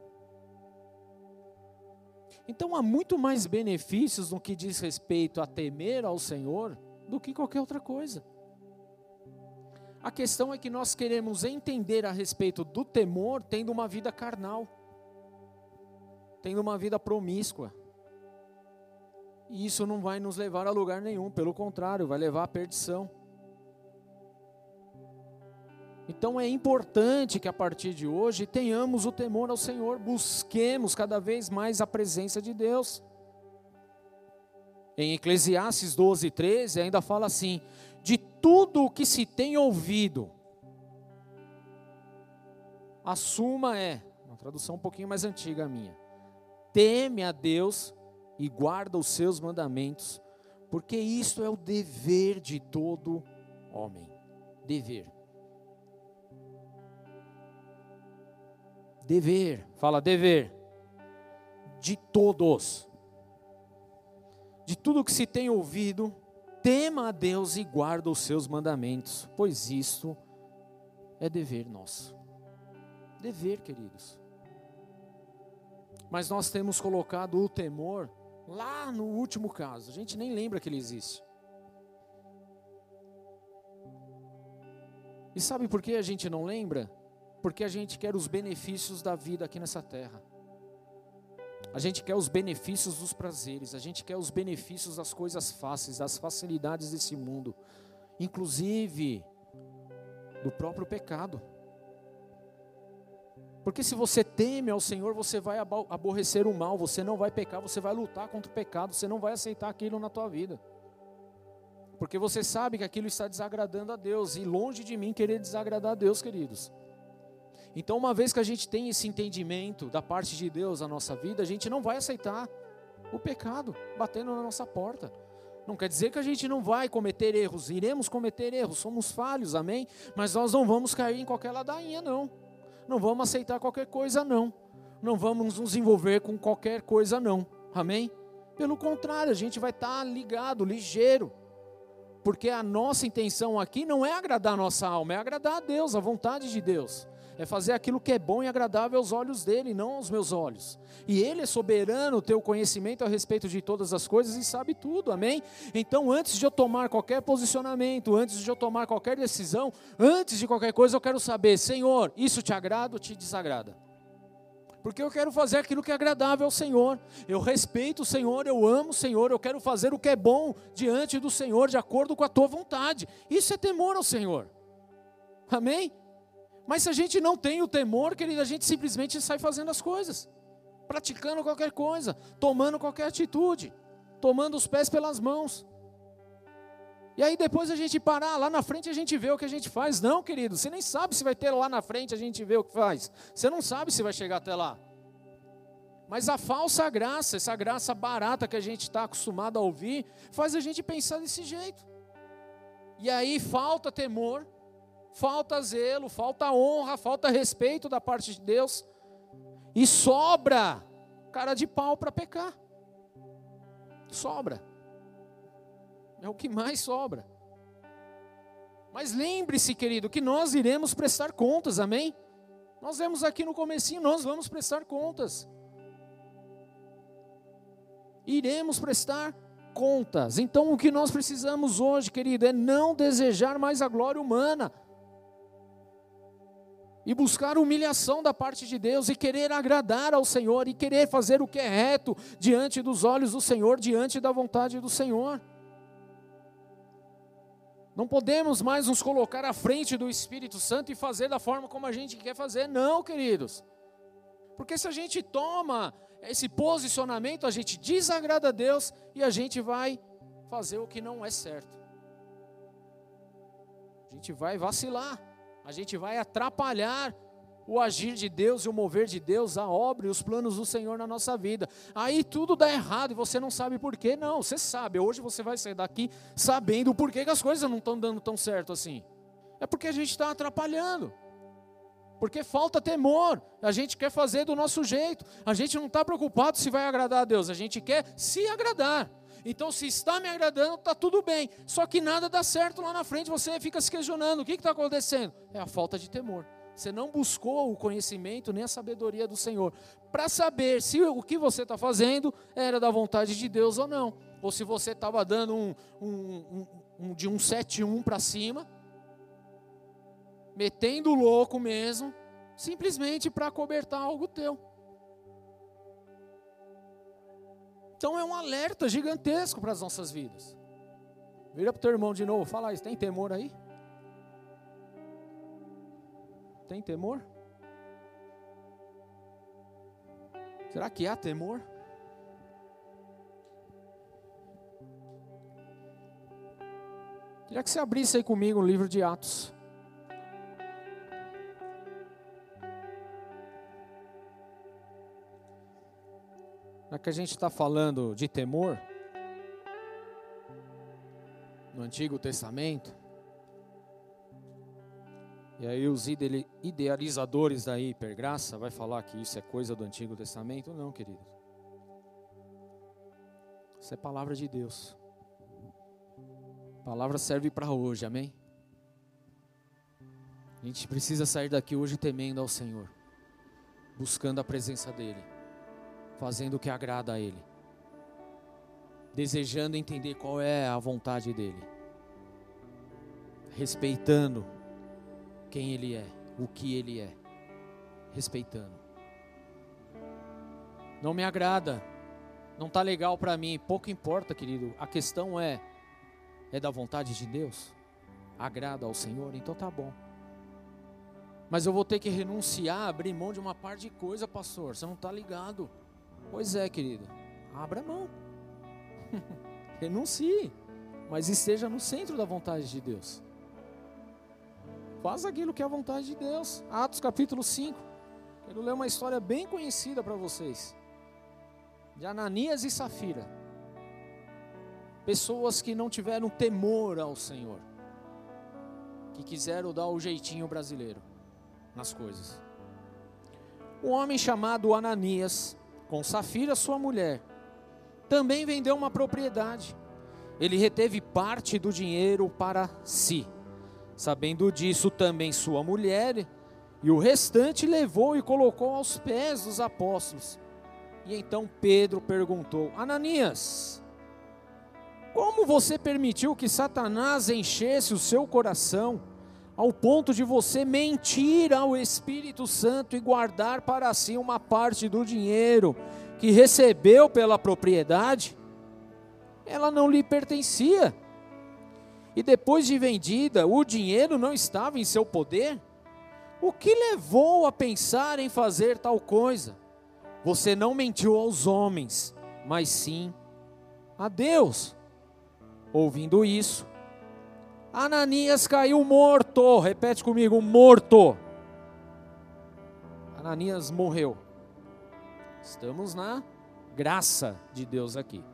Então há muito mais benefícios no que diz respeito a temer ao Senhor do que qualquer outra coisa. A questão é que nós queremos entender a respeito do temor tendo uma vida carnal, tendo uma vida promíscua. E isso não vai nos levar a lugar nenhum, pelo contrário, vai levar à perdição. Então é importante que a partir de hoje tenhamos o temor ao Senhor, busquemos cada vez mais a presença de Deus. Em Eclesiastes doze, treze ainda fala assim: de tudo o que se tem ouvido, a suma é, uma tradução um pouquinho mais antiga minha, teme a Deus e guarda os seus mandamentos, porque isto é o dever de todo homem. Dever. Dever, fala dever, de todos. De tudo que se tem ouvido, tema a Deus e guarda os seus mandamentos, pois isto é dever nosso. Dever, queridos. Mas nós temos colocado o temor lá no último caso, a gente nem lembra que ele existe. E sabe por que a gente não lembra? Porque a gente quer os benefícios da vida aqui nessa terra. A gente quer os benefícios dos prazeres, a gente quer os benefícios das coisas fáceis, das facilidades desse mundo, inclusive do próprio pecado. Porque se você teme ao Senhor, você vai aborrecer o mal, você não vai pecar, você vai lutar contra o pecado, você não vai aceitar aquilo na tua vida. Porque você sabe que aquilo está desagradando a Deus, e longe de mim querer desagradar a Deus, queridos. Então, uma vez que a gente tem esse entendimento da parte de Deus na nossa vida, a gente não vai aceitar o pecado batendo na nossa porta. Não quer dizer que a gente não vai cometer erros, iremos cometer erros, somos falhos, amém? Mas nós não vamos cair em qualquer ladainha, não. Não vamos aceitar qualquer coisa, não. Não vamos nos envolver com qualquer coisa, não, amém? Pelo contrário, a gente vai estar ligado, ligeiro. Porque a nossa intenção aqui não é agradar a nossa alma, é agradar a Deus, a vontade de Deus. É fazer aquilo que é bom e agradável aos olhos dele, não aos meus olhos. E ele é soberano, tem o conhecimento a respeito de todas as coisas e sabe tudo, amém? Então, antes de eu tomar qualquer posicionamento, antes de eu tomar qualquer decisão, antes de qualquer coisa, eu quero saber, Senhor, isso te agrada ou te desagrada? Porque eu quero fazer aquilo que é agradável ao Senhor. Eu respeito o Senhor, eu amo o Senhor, eu quero fazer o que é bom diante do Senhor, de acordo com a tua vontade. Isso é temor ao Senhor, amém? Mas se a gente não tem o temor, querido, a gente simplesmente sai fazendo as coisas, praticando qualquer coisa, tomando qualquer atitude, tomando os pés pelas mãos. E aí depois a gente parar, lá na frente a gente vê o que a gente faz. Não, querido, você nem sabe se vai ter lá na frente, a gente vê o que faz. Você não sabe se vai chegar até lá. Mas a falsa graça, essa graça barata que a gente está acostumado a ouvir, faz a gente pensar desse jeito. E aí falta temor, falta zelo, falta honra, falta respeito da parte de Deus, e sobra cara de pau para pecar. Sobra. É o que mais sobra. Mas lembre-se, querido, que nós iremos prestar contas, amém? Nós vemos aqui no comecinho, nós vamos prestar contas. Iremos prestar contas. Então o que nós precisamos hoje, querido, é não desejar mais a glória humana, e buscar humilhação da parte de Deus, e querer agradar ao Senhor, e querer fazer o que é reto diante dos olhos do Senhor, diante da vontade do Senhor. Não podemos mais nos colocar à frente do Espírito Santo e fazer da forma como a gente quer fazer, não, queridos. Porque se a gente toma esse posicionamento, a gente desagrada a Deus e a gente vai fazer o que não é certo. A gente vai vacilar. A gente vai atrapalhar o agir de Deus e o mover de Deus, a obra e os planos do Senhor na nossa vida. Aí tudo dá errado e você não sabe por quê. Não, você sabe. Hoje você vai sair daqui sabendo o porquê que as coisas não estão dando tão certo assim. É porque a gente está atrapalhando. Porque falta temor. A gente quer fazer do nosso jeito. A gente não está preocupado se vai agradar a Deus. A gente quer se agradar. Então, se está me agradando, está tudo bem. Só que nada dá certo lá na frente, você fica se questionando. O que está acontecendo? É a falta de temor. Você não buscou o conhecimento nem a sabedoria do Senhor para saber se o que você está fazendo era da vontade de Deus ou não. Ou se você estava dando um, um, um, um de um sete um para cima, metendo o louco mesmo, simplesmente para acobertar algo teu. Então é um alerta gigantesco para as nossas vidas. Vira para o teu irmão de novo, fala isso, tem temor aí? Tem temor? Será que há temor? Queria que você abrisse aí comigo o livro de Atos. que a gente está falando de temor, no Antigo Testamento, e aí os idealizadores da hipergraça vai falar que isso é coisa do Antigo Testamento? Não, querido. Isso é palavra de Deus. A palavra serve para hoje, amém? A gente precisa sair daqui hoje temendo ao Senhor, buscando a presença dEle, fazendo o que agrada a Ele, desejando entender qual é a vontade dEle, respeitando quem Ele é, o que Ele é, respeitando. Não me agrada, não está legal para mim, pouco importa, querido, a questão é, é da vontade de Deus? Agrada ao Senhor? Então tá bom. Mas eu vou ter que renunciar, abrir mão de uma parte de coisa, pastor, você não está ligado. Pois é, querido, abra mão, renuncie, mas esteja no centro da vontade de Deus. Faça aquilo que é a vontade de Deus. Atos capítulo cinco. Quero ler uma história bem conhecida para vocês. De Ananias e Safira. Pessoas que não tiveram temor ao Senhor. Que quiseram dar o jeitinho brasileiro nas coisas. Um homem chamado Ananias, com Safira, sua mulher, também vendeu uma propriedade. Ele reteve parte do dinheiro para si. Sabendo disso, também sua mulher, e o restante levou e colocou aos pés dos apóstolos. E então Pedro perguntou: Ananias, como você permitiu que Satanás enchesse o seu coração, ao ponto de você mentir ao Espírito Santo e guardar para si uma parte do dinheiro que recebeu pela propriedade? Ela não lhe pertencia. E depois de vendida, o dinheiro não estava em seu poder? O que levou a pensar em fazer tal coisa? Você não mentiu aos homens, mas sim a Deus. Ouvindo isso, Ananias caiu morto. Repete comigo, morto. Ananias morreu. Estamos na graça de Deus aqui.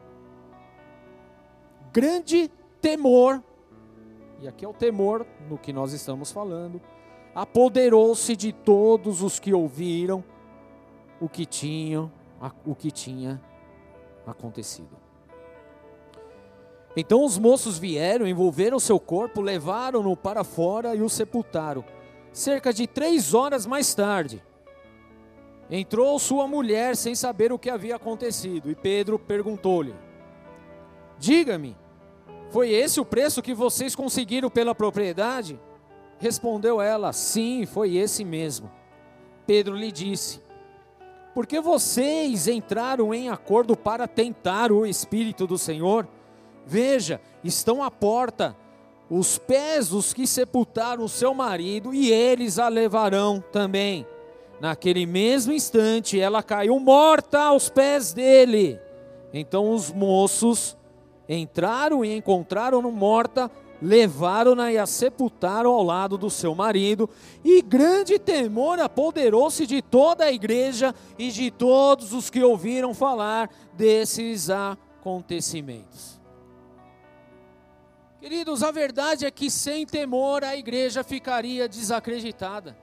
Grande temor, e aqui é o temor no que nós estamos falando, apoderou-se de todos os que ouviram o que tinham, o que tinha acontecido. Então os moços vieram, envolveram seu corpo, levaram-no para fora e o sepultaram. Cerca de três horas mais tarde, entrou sua mulher sem saber o que havia acontecido, e Pedro perguntou-lhe: diga-me, foi esse o preço que vocês conseguiram pela propriedade? Respondeu ela: sim, foi esse mesmo. Pedro lhe disse: por que vocês entraram em acordo para tentar o Espírito do Senhor? Veja, estão à porta os pés dos que sepultaram o seu marido, e eles a levarão também. Naquele mesmo instante, ela caiu morta aos pés dele. Então os moços entraram e encontraram-no morta, levaram-na e a sepultaram ao lado do seu marido, e grande temor apoderou-se de toda a igreja e de todos os que ouviram falar desses acontecimentos. Queridos, a verdade é que sem temor a igreja ficaria desacreditada.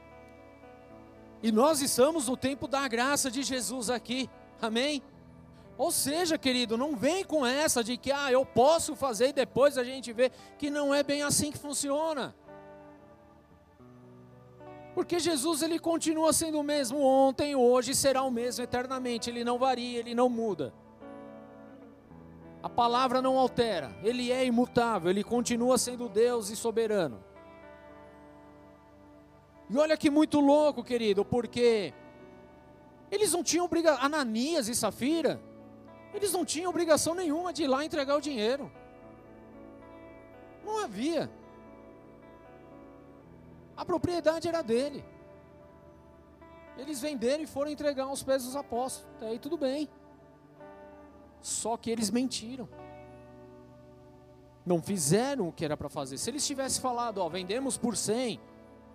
E nós estamos no tempo da graça de Jesus aqui, amém? Ou seja, querido, não vem com essa de que ah, eu posso fazer e depois a gente vê, que não é bem assim que funciona. Porque Jesus, ele continua sendo o mesmo ontem, hoje, será o mesmo eternamente, ele não varia, ele não muda. A palavra não altera, ele é imutável, ele continua sendo Deus e soberano. E olha que muito louco, querido, porque eles não tinham obrigação, Ananias e Safira, eles não tinham obrigação nenhuma de ir lá entregar o dinheiro. Não havia. A propriedade era dele. Eles venderam e foram entregar aos pés dos apóstolos. Até aí tudo bem. Só que eles mentiram. Não fizeram o que era para fazer. Se eles tivessem falado, ó, vendemos por cem,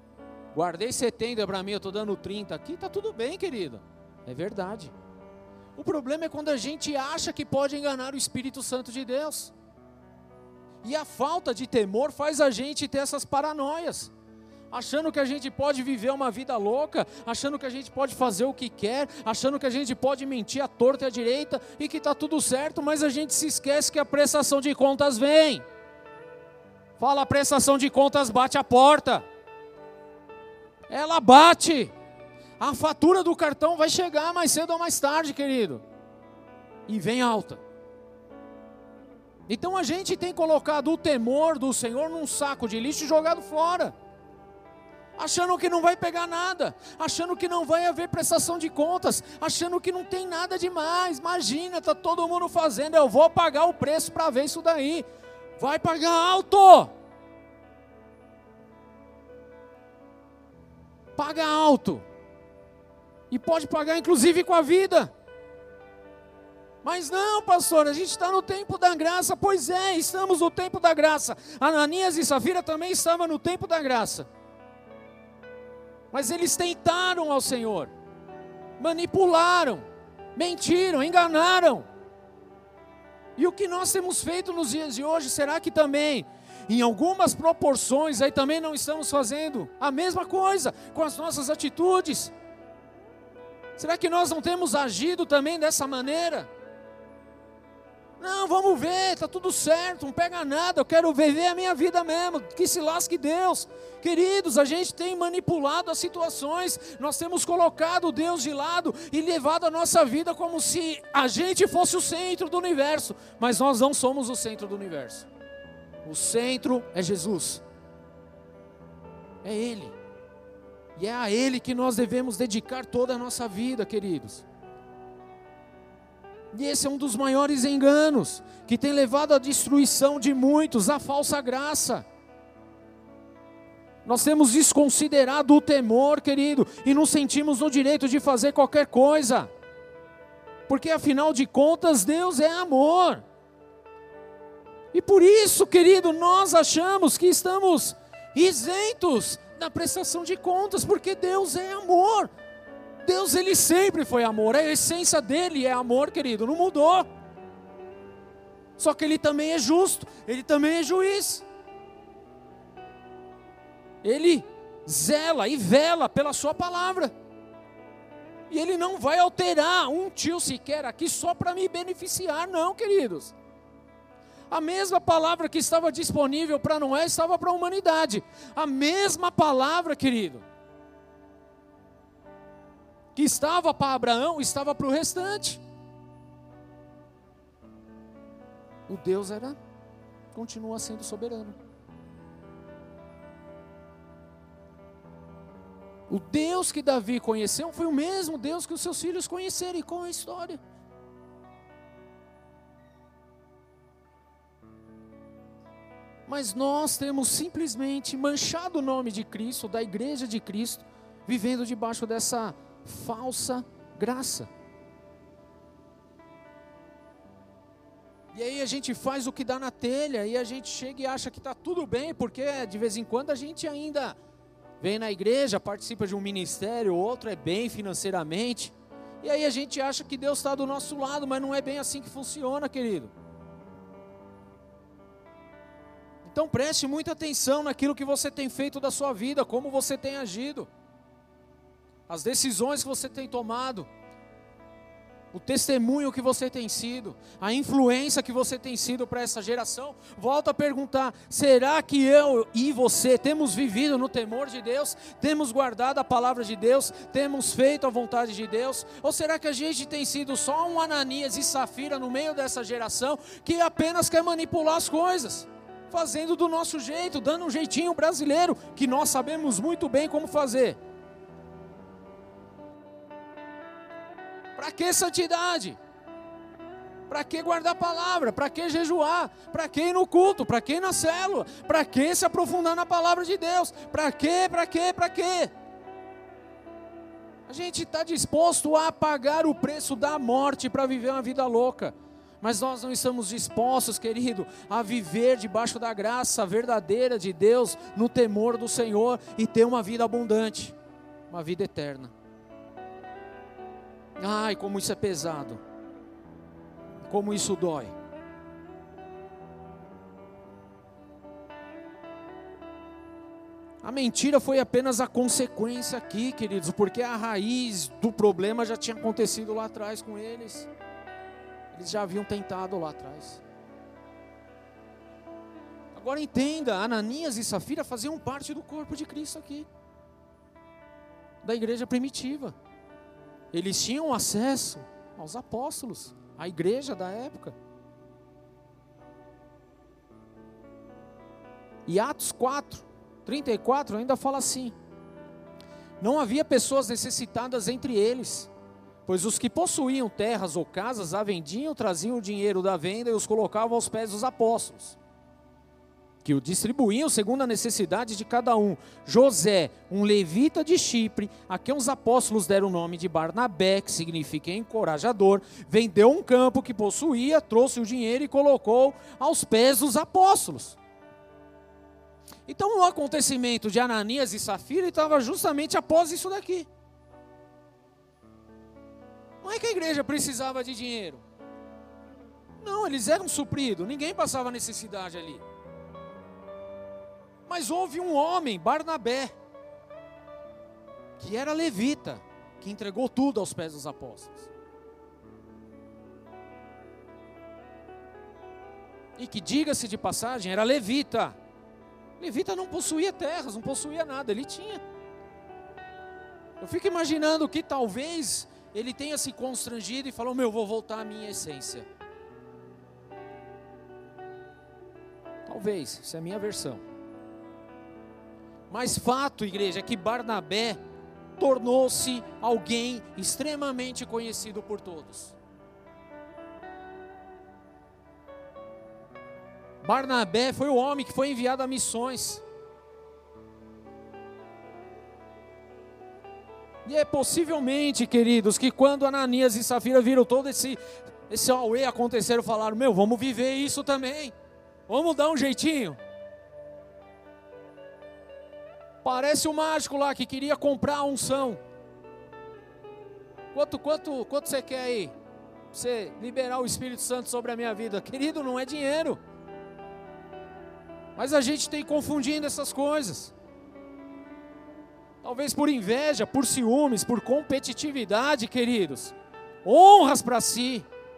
guardei setenta para mim, eu estou dando trinta aqui, está tudo bem, querido. É verdade. O problema é quando a gente acha que pode enganar o Espírito Santo de Deus. E a falta de temor faz a gente ter essas paranoias, achando que a gente pode viver uma vida louca, achando que a gente pode fazer o que quer, achando que a gente pode mentir à torta e à direita e que está tudo certo, mas a gente se esquece que a prestação de contas vem. Fala, a prestação de contas bate a porta. Ela bate. A fatura do cartão vai chegar mais cedo ou mais tarde, querido. E vem alta. Então a gente tem colocado o temor do Senhor num saco de lixo e jogado fora. Achando que não vai pegar nada. Achando que não vai haver prestação de contas. Achando que não tem nada demais. Imagina, está todo mundo fazendo. Eu vou pagar o preço para ver isso daí. Vai pagar alto. Paga alto. E pode pagar inclusive com a vida. Mas não, pastor, a gente está no tempo da graça. Pois é, estamos no tempo da graça. Ananias e Safira também estavam no tempo da graça. Mas eles tentaram ao Senhor. Manipularam. Mentiram, enganaram. E o que nós temos feito nos dias de hoje, será que também, em algumas proporções, aí também não estamos fazendo a mesma coisa com as nossas atitudes? Será que nós não temos agido também dessa maneira? Não, vamos ver, está tudo certo, não pega nada, eu quero viver a minha vida mesmo, que se lasque Deus. Queridos, a gente tem manipulado as situações, nós temos colocado Deus de lado e levado a nossa vida como se a gente fosse o centro do universo, mas nós não somos o centro do universo. O centro é Jesus, é Ele. E é a Ele que nós devemos dedicar toda a nossa vida, queridos. E esse é um dos maiores enganos, que tem levado à destruição de muitos, a falsa graça. Nós temos desconsiderado o temor, querido, e nos sentimos no direito de fazer qualquer coisa. Porque afinal de contas, Deus é amor. E por isso, querido, nós achamos que estamos isentos na prestação de contas, porque Deus é amor. Deus, Ele sempre foi amor, a essência dEle é amor, querido, não mudou. Só que Ele também é justo, Ele também é juiz. Ele zela e vela pela sua palavra. E Ele não vai alterar um tio sequer aqui só para me beneficiar, não, queridos. A mesma palavra que estava disponível para Noé estava para a humanidade. A mesma palavra, querido, que estava para Abraão, estava para o restante. O Deus era, continua sendo soberano. O Deus que Davi conheceu foi o mesmo Deus que os seus filhos conheceram, e com a história. Mas nós temos simplesmente manchado o nome de Cristo, da igreja de Cristo, vivendo debaixo dessa falsa graça. E aí a gente faz o que dá na telha, e a gente chega e acha que está tudo bem, porque de vez em quando a gente ainda vem na igreja, participa de um ministério, outro é bem financeiramente, e aí a gente acha que Deus está do nosso lado, mas não é bem assim que funciona, querido. Então preste muita atenção naquilo que você tem feito da sua vida, como você tem agido, as decisões que você tem tomado, o testemunho que você tem sido, a influência que você tem sido para essa geração. Volto a perguntar, será que eu e você temos vivido no temor de Deus? Temos guardado a palavra de Deus? Temos feito a vontade de Deus? Ou será que a gente tem sido só um Ananias e Safira no meio dessa geração, que apenas quer manipular as coisas, fazendo do nosso jeito, dando um jeitinho brasileiro, que nós sabemos muito bem como fazer? Para que santidade? Para que guardar a palavra? Para que jejuar? Para que ir no culto? Para que ir na célula? Para que se aprofundar na palavra de Deus? Para que, para que, para que? A gente está disposto a pagar o preço da morte para viver uma vida louca. Mas nós não estamos dispostos, querido, a viver debaixo da graça verdadeira de Deus, no temor do Senhor, e ter uma vida abundante, uma vida eterna. Ai, como isso é pesado. Como isso dói. A mentira foi apenas a consequência aqui, queridos, porque a raiz do problema já tinha acontecido lá atrás com eles. Eles já haviam tentado lá atrás. Agora entenda, Ananias e Safira faziam parte do corpo de Cristo aqui, da igreja primitiva. Eles tinham acesso aos apóstolos, à igreja da época. E Atos quatro, trinta e quatro ainda fala assim: não havia pessoas necessitadas entre eles, pois os que possuíam terras ou casas a vendiam, traziam o dinheiro da venda e os colocavam aos pés dos apóstolos, que o distribuíam segundo a necessidade de cada um. José, um levita de Chipre, a quem os apóstolos deram o nome de Barnabé, que significa encorajador, vendeu um campo que possuía, trouxe o dinheiro e colocou aos pés dos apóstolos. Então o acontecimento de Ananias e Safira estava justamente após isso daqui. Não é que a igreja precisava de dinheiro. Não, eles eram supridos, ninguém passava necessidade ali. Mas houve um homem, Barnabé, que era levita, que entregou tudo aos pés dos apóstolos. E que, diga-se de passagem, era levita. Levita não possuía terras, não possuía nada, ele tinha. Eu fico imaginando que talvez ele tenha se constrangido e falou: meu, vou voltar à minha essência. Talvez, essa é a minha versão. Mas fato, igreja, é que Barnabé tornou-se alguém extremamente conhecido por todos. Barnabé foi o homem que foi enviado a missões. E é possivelmente, queridos, que quando Ananias e Safira viram todo esse, esse auê acontecer, falaram: meu, vamos viver isso também. Vamos dar um jeitinho. Parece o mágico lá que queria comprar a unção. Quanto, quanto, quanto você quer aí? Você liberar o Espírito Santo sobre a minha vida? Querido, não é dinheiro. Mas a gente tem confundindo essas coisas. Talvez por inveja, por ciúmes, por competitividade, queridos. Honras para si.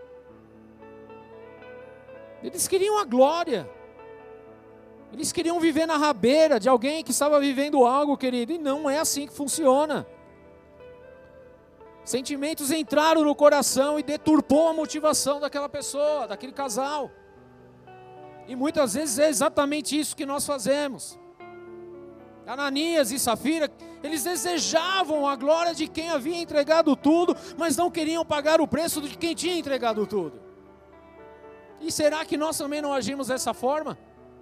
Eles queriam a glória. Eles queriam viver na rabeira de alguém que estava vivendo algo, querido. E não é assim que funciona. Sentimentos entraram no coração e deturpou a motivação daquela pessoa, daquele casal. E muitas vezes é exatamente isso que nós fazemos. Ananias e Safira, eles desejavam a glória de quem havia entregado tudo, mas não queriam pagar o preço de quem tinha entregado tudo. E será que nós também não agimos dessa forma?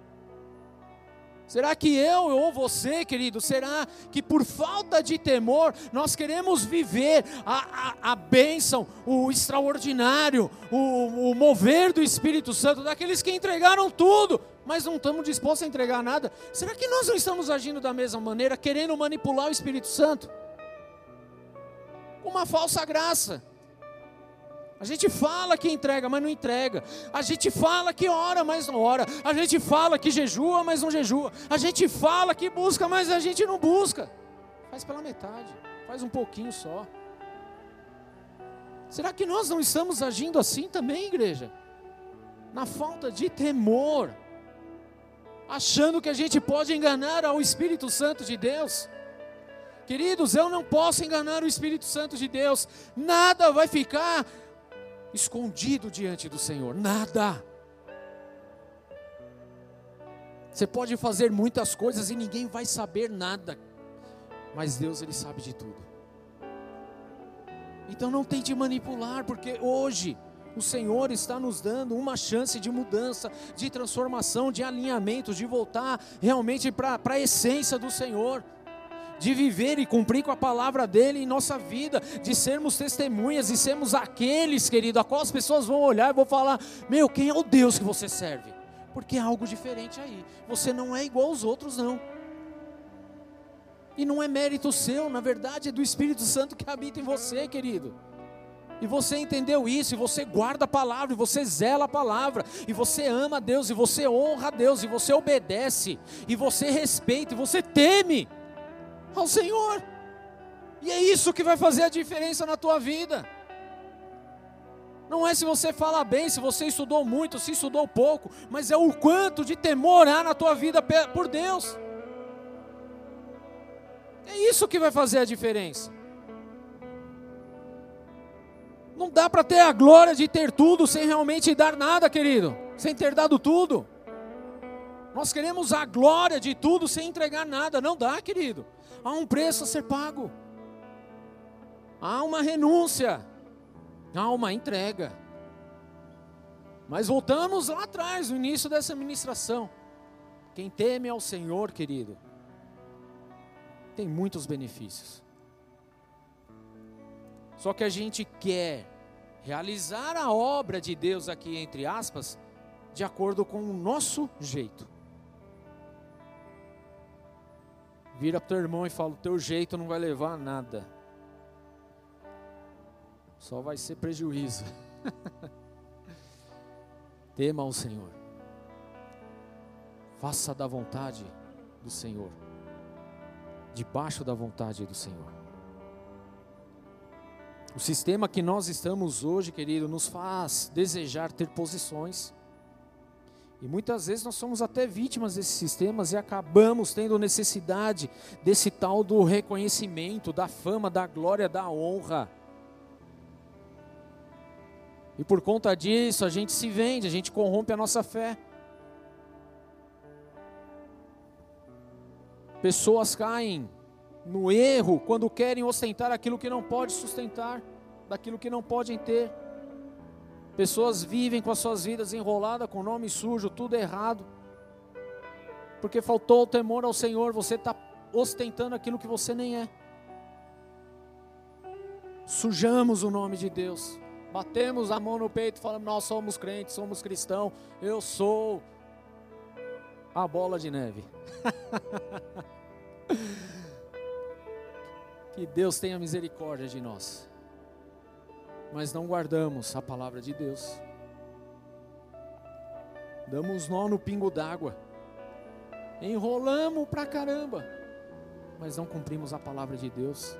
Será que eu ou você, querido, será que por falta de temor nós queremos viver a, a, a bênção, o extraordinário, o, o mover do Espírito Santo, daqueles que entregaram tudo, mas não estamos dispostos a entregar nada? Será que nós não estamos agindo da mesma maneira, querendo manipular o Espírito Santo? Com uma falsa graça. A gente fala que entrega, mas não entrega. A gente fala que ora, mas não ora. A gente fala que jejua, mas não jejua. A gente fala que busca, mas a gente não busca. Faz pela metade, faz um pouquinho só. Será que nós não estamos agindo assim também, igreja? Na falta de temor, achando que a gente pode enganar ao Espírito Santo de Deus. Queridos, eu não posso enganar o Espírito Santo de Deus. Nada vai ficar escondido diante do Senhor, nada. Você pode fazer muitas coisas e ninguém vai saber nada, mas Deus, Ele sabe de tudo. Então não tente manipular, porque hoje o Senhor está nos dando uma chance de mudança, de transformação, de alinhamento, de voltar realmente para a essência do Senhor, de viver e cumprir com a palavra dele em nossa vida, de sermos testemunhas e sermos aqueles, querido, a qual as pessoas vão olhar e vão falar: meu, quem é o Deus que você serve? Porque é algo diferente aí, você não é igual aos outros não, e não é mérito seu, na verdade é do Espírito Santo que habita em você, querido. E você entendeu isso, e você guarda a palavra, e você zela a palavra, e você ama a Deus, e você honra a Deus, e você obedece, e você respeita, e você teme ao Senhor. E é isso que vai fazer a diferença na tua vida. Não é se você fala bem, se você estudou muito, se estudou pouco, mas é o quanto de temor há na tua vida por Deus. É isso que vai fazer a diferença. Não dá para ter a glória de ter tudo sem realmente dar nada, querido, sem ter dado tudo. Nós queremos a glória de tudo sem entregar nada, não dá, querido. Há um preço a ser pago, há uma renúncia, há uma entrega. Mas voltamos lá atrás, no início dessa ministração. Quem teme ao Senhor, querido, tem muitos benefícios. Só que a gente quer realizar a obra de Deus aqui, entre aspas, de acordo com o nosso jeito. Vira para o teu irmão e fala: o teu jeito não vai levar a nada, só vai ser prejuízo. Tema ao Senhor, faça da vontade do Senhor, debaixo da vontade do Senhor. O sistema que nós estamos hoje, querido, nos faz desejar ter posições. E muitas vezes nós somos até vítimas desses sistemas e acabamos tendo necessidade desse tal do reconhecimento, da fama, da glória, da honra. E por conta disso a gente se vende, a gente corrompe a nossa fé. Pessoas caem no erro quando querem ostentar aquilo que não pode sustentar, daquilo que não podem ter. Pessoas vivem com as suas vidas enroladas, com nome sujo, tudo errado, porque faltou o temor ao Senhor. Você está ostentando aquilo que você nem é. Sujamos o nome de Deus, batemos a mão no peito e falamos: nós somos crentes, somos cristãos, eu sou a bola de neve. Que Deus tenha misericórdia de nós, mas não guardamos a palavra de Deus. Damos nó no pingo d'água, enrolamos pra caramba, mas não cumprimos a palavra de Deus.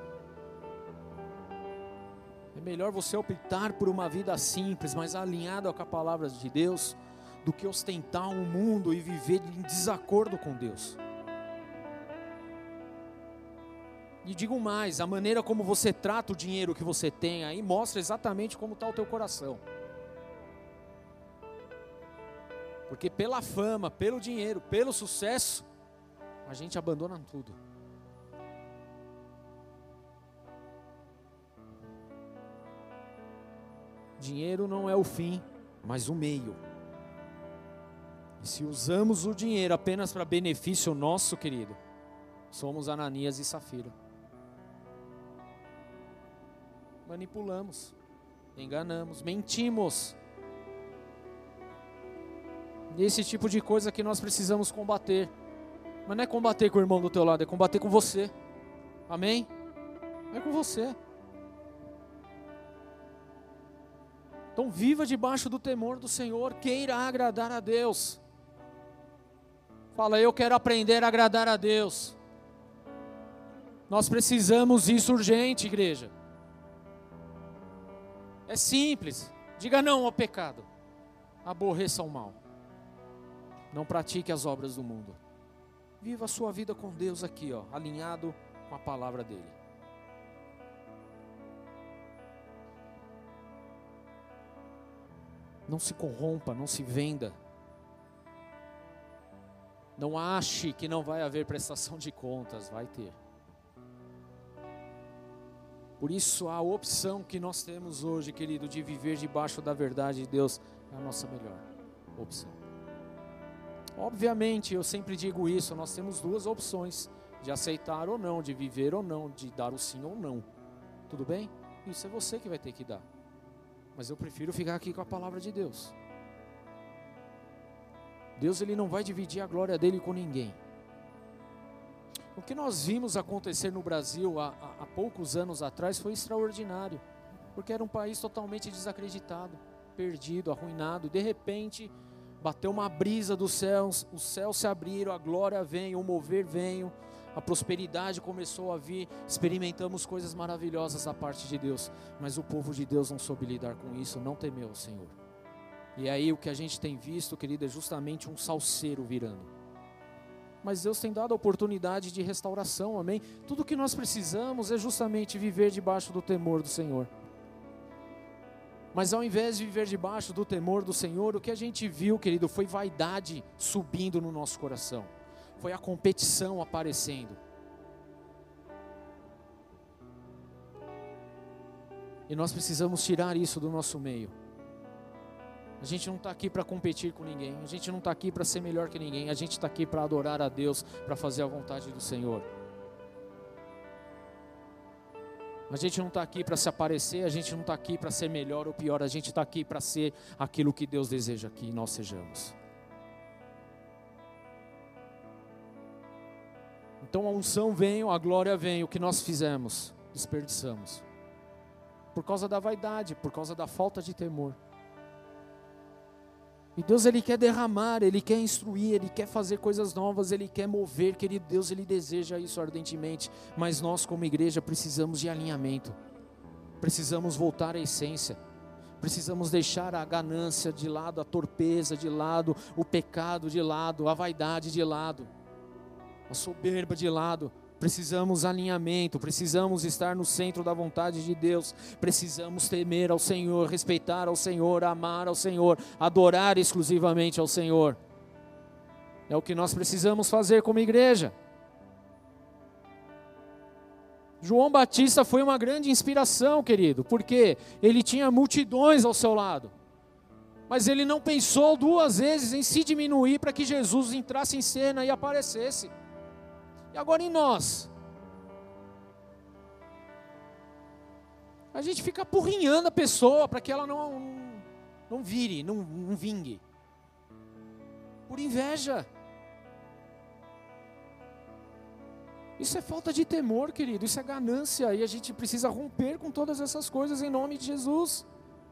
É melhor você optar por uma vida simples, mas alinhada com a palavra de Deus, do que ostentar o mundo e viver em desacordo com Deus. E digo mais, a maneira como você trata o dinheiro que você tem aí mostra exatamente como está o teu coração. Porque pela fama, pelo dinheiro, pelo sucesso, a gente abandona tudo. Dinheiro não é o fim, mas o meio. E se usamos o dinheiro apenas para benefício nosso, querido, somos Ananias e Safira. Manipulamos, enganamos, mentimos. Esse tipo de coisa que nós precisamos combater. Mas não é combater com o irmão do teu lado, é combater com você. Amém? É com você. Então viva debaixo do temor do Senhor, queira agradar a Deus. Fala: eu quero aprender a agradar a Deus. Nós precisamos isso urgente, igreja. É simples. Diga não ao pecado. Aborreça o mal. Não pratique as obras do mundo. Viva a sua vida com Deus aqui, ó, alinhado com a palavra dele. Não se corrompa, não se venda. Não ache que não vai haver prestação de contas, vai ter. Por isso a opção que nós temos hoje, querido, de viver debaixo da verdade de Deus, é a nossa melhor opção. Obviamente, eu sempre digo isso, nós temos duas opções, de aceitar ou não, de viver ou não, de dar o sim ou não. Tudo bem? Isso é você que vai ter que dar. Mas eu prefiro ficar aqui com a palavra de Deus. Deus, ele não vai dividir a glória dele com ninguém. O que nós vimos acontecer no Brasil há, há poucos anos atrás foi extraordinário. Porque era um país totalmente desacreditado, perdido, arruinado. De repente, bateu uma brisa dos céus, os céus se abriram, a glória veio, o mover veio, a prosperidade começou a vir, experimentamos coisas maravilhosas da parte de Deus, mas o povo de Deus não soube lidar com isso, não temeu o Senhor. E aí o que a gente tem visto, querido, é justamente um salseiro virando. Mas Deus tem dado a oportunidade de restauração, amém? Tudo o que nós precisamos é justamente viver debaixo do temor do Senhor. Mas ao invés de viver debaixo do temor do Senhor, o que a gente viu, querido, foi vaidade subindo no nosso coração. Foi a competição aparecendo. E nós precisamos tirar isso do nosso meio. A gente não está aqui para competir com ninguém. A gente não está aqui para ser melhor que ninguém. A gente está aqui para adorar a Deus, para fazer a vontade do Senhor. A gente não está aqui para se aparecer. A gente não está aqui para ser melhor ou pior. A gente está aqui para ser aquilo que Deus deseja que nós sejamos. Então a unção veio, a glória veio. O que nós fizemos? Desperdiçamos. Por causa da vaidade, por causa da falta de temor. E Deus, Ele quer derramar, Ele quer instruir, Ele quer fazer coisas novas, Ele quer mover, querido Deus, Ele deseja isso ardentemente. Mas nós como igreja precisamos de alinhamento. Precisamos voltar à essência. Precisamos deixar a ganância de lado, a torpeza de lado, o pecado de lado, a vaidade de lado, a soberba de lado. Precisamos alinhamento, precisamos estar no centro da vontade de Deus, precisamos temer ao Senhor, respeitar ao Senhor, amar ao Senhor, adorar exclusivamente ao Senhor. É o que nós precisamos fazer como igreja. João Batista foi uma grande inspiração, querido, porque ele tinha multidões ao seu lado, mas ele não pensou duas vezes em se diminuir para que Jesus entrasse em cena e aparecesse. E agora em nós? A gente fica apurrinhando a pessoa para que ela não, não, não vire, não, não vingue. Por inveja. Isso é falta de temor, querido. Isso é ganância. E a gente precisa romper com todas essas coisas em nome de Jesus.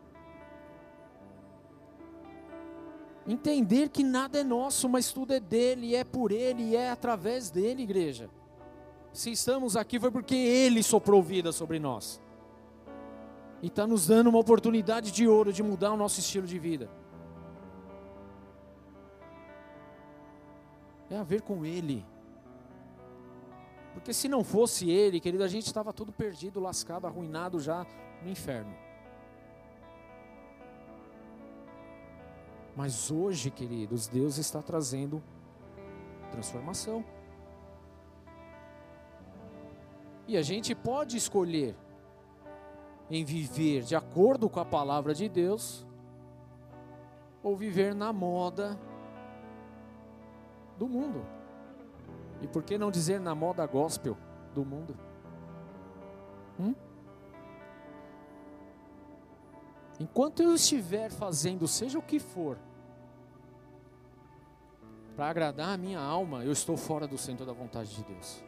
Entender que nada é nosso, mas tudo é dele, é por ele, e é através dele, igreja. Se estamos aqui foi porque ele soprou vida sobre nós. E está nos dando uma oportunidade de ouro de mudar o nosso estilo de vida. É a ver com ele. Porque se não fosse ele, querido, a gente estava todo perdido, lascado, arruinado já no inferno. Mas hoje, queridos, Deus está trazendo transformação. E a gente pode escolher em viver de acordo com a palavra de Deus, ou viver na moda do mundo. E por que não dizer na moda gospel do mundo? Hum? Enquanto eu estiver fazendo seja o que for, para agradar a minha alma, eu estou fora do centro da vontade de Deus.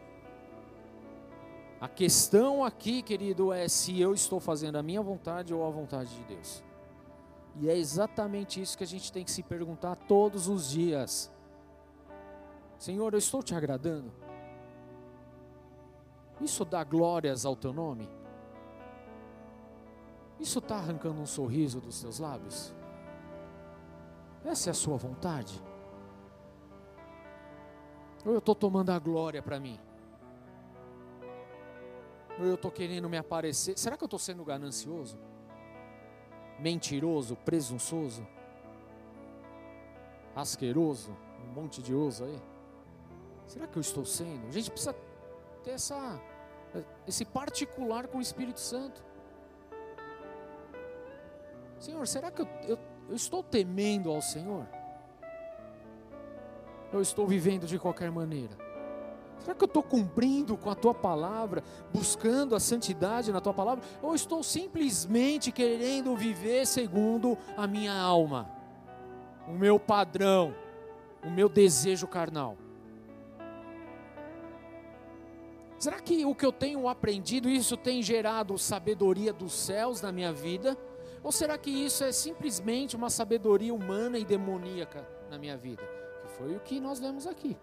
A questão aqui, querido, é se eu estou fazendo a minha vontade ou a vontade de Deus. E é exatamente isso que a gente tem que se perguntar todos os dias. Senhor, eu estou te agradando? Isso dá glórias ao teu nome? Isso está arrancando um sorriso dos seus lábios? Essa é a sua vontade? Ou eu estou tomando a glória para mim? Ou eu estou querendo me aparecer? Será que eu estou sendo ganancioso? Mentiroso? Presunçoso? Asqueroso? Um monte de oso aí? Será que eu estou sendo? A gente precisa ter essa, esse particular com o Espírito Santo. Senhor, será que eu, eu, eu estou temendo ao Senhor? Ou eu estou vivendo de qualquer maneira? Será que eu estou cumprindo com a Tua palavra, buscando a santidade na Tua palavra? Ou eu estou simplesmente querendo viver segundo a minha alma, o meu padrão, o meu desejo carnal? Será que o que eu tenho aprendido, isso tem gerado sabedoria dos céus na minha vida? Ou será que isso é simplesmente uma sabedoria humana e demoníaca na minha vida? Que foi o que nós lemos aqui.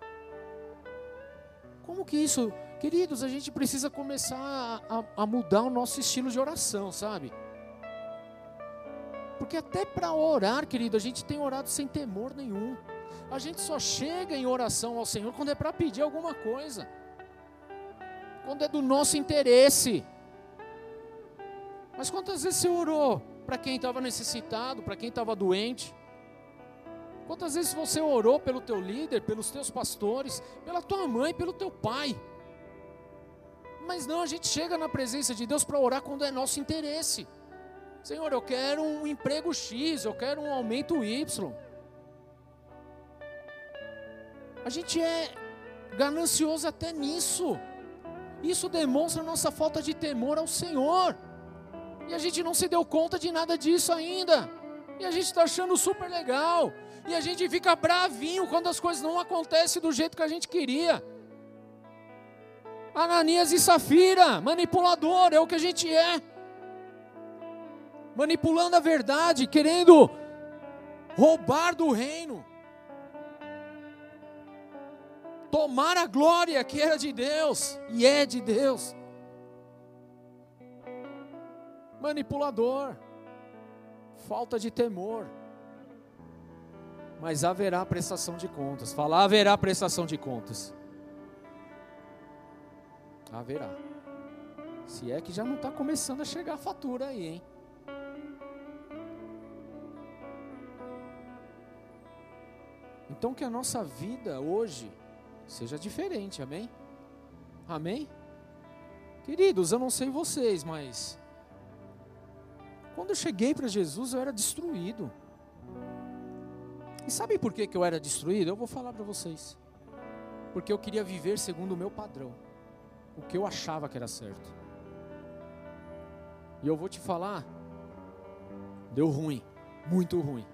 Como que isso... Queridos, a gente precisa começar a, a, a mudar o nosso estilo de oração, sabe? Porque até para orar, querido, a gente tem orado sem temor nenhum. A gente só chega em oração ao Senhor quando é para pedir alguma coisa. Quando é do nosso interesse. Mas quantas vezes você orou para quem estava necessitado, para quem estava doente? Quantas vezes você orou pelo teu líder, pelos teus pastores, pela tua mãe, pelo teu pai? Mas não, a gente chega na presença de Deus para orar quando é nosso interesse. Senhor, eu quero um emprego X, eu quero um aumento Y. A gente é ganancioso até nisso. Isso demonstra a nossa falta de temor ao Senhor. E a gente não se deu conta de nada disso ainda. E a gente está achando super legal. E a gente fica bravinho quando as coisas não acontecem do jeito que a gente queria. Ananias e Safira, manipulador, é o que a gente é. Manipulando a verdade, querendo roubar do reino. Tomar a glória que era de Deus e é de Deus. Manipulador, falta de temor. Mas haverá prestação de contas. Fala, haverá prestação de contas. Haverá. Se é que já não está começando a chegar a fatura aí, hein? Então que a nossa vida hoje seja diferente, amém? Amém? Queridos, eu não sei vocês, mas quando eu cheguei para Jesus eu era destruído. E sabe por que que eu era destruído? Eu vou falar para vocês. Porque eu queria viver segundo o meu padrão, o que eu achava que era certo. E eu vou te falar, deu ruim, muito ruim.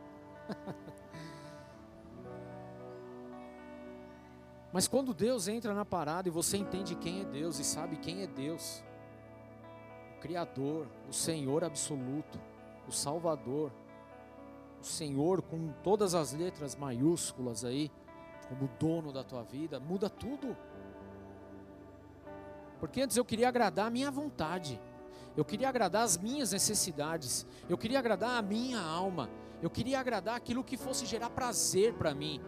Mas quando Deus entra na parada e você entende quem é Deus e sabe quem é Deus, o Criador, o Senhor absoluto, o Salvador, o Senhor com todas as letras maiúsculas aí, como dono da tua vida, muda tudo. Porque antes eu queria agradar a minha vontade, eu queria agradar as minhas necessidades, eu queria agradar a minha alma, eu queria agradar aquilo que fosse gerar prazer para mim.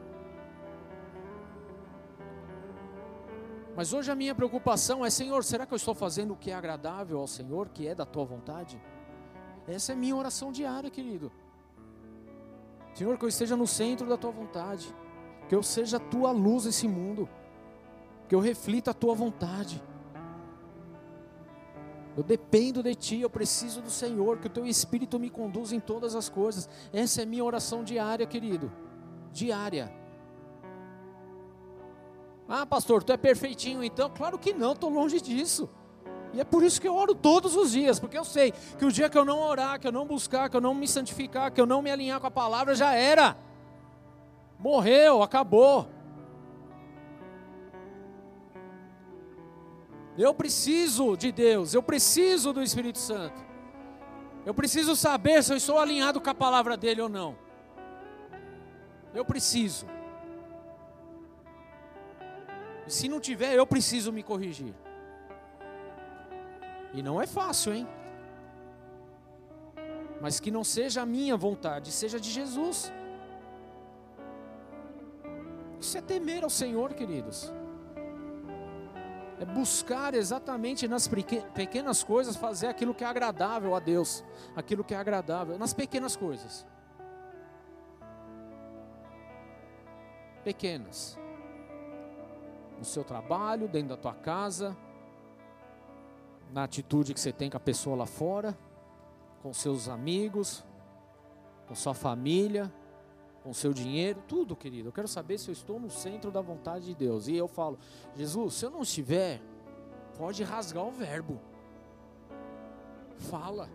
Mas hoje a minha preocupação é, Senhor, será que eu estou fazendo o que é agradável ao Senhor, que é da tua vontade? Essa é a minha oração diária, querido. Senhor, que eu esteja no centro da tua vontade, que eu seja a tua luz nesse mundo, que eu reflita a tua vontade. Eu dependo de ti, eu preciso do Senhor, que o teu Espírito me conduza em todas as coisas. Essa é a minha oração diária, querido, diária. Ah, pastor, tu é perfeitinho então? Claro que não, estou longe disso. E é por isso que eu oro todos os dias, porque eu sei que o dia que eu não orar, que eu não buscar, que eu não me santificar, que eu não me alinhar com a palavra, já era. Morreu, acabou. Eu preciso de Deus, eu preciso do Espírito Santo. Eu preciso saber se eu estou alinhado com a palavra dele ou não. Eu preciso. E se não tiver, eu preciso me corrigir. E não é fácil, hein? Mas que não seja a minha vontade, seja de Jesus. Isso é temer ao Senhor, queridos. É buscar exatamente nas pequenas coisas fazer aquilo que é agradável a Deus. Aquilo que é agradável, nas pequenas coisas. Pequenas. No seu trabalho, dentro da tua casa, na atitude que você tem com a pessoa lá fora, com seus amigos, com sua família, com seu dinheiro, tudo, querido. Eu quero saber se eu estou no centro da vontade de Deus. E eu falo, Jesus, se eu não estiver, pode rasgar o verbo. Fala.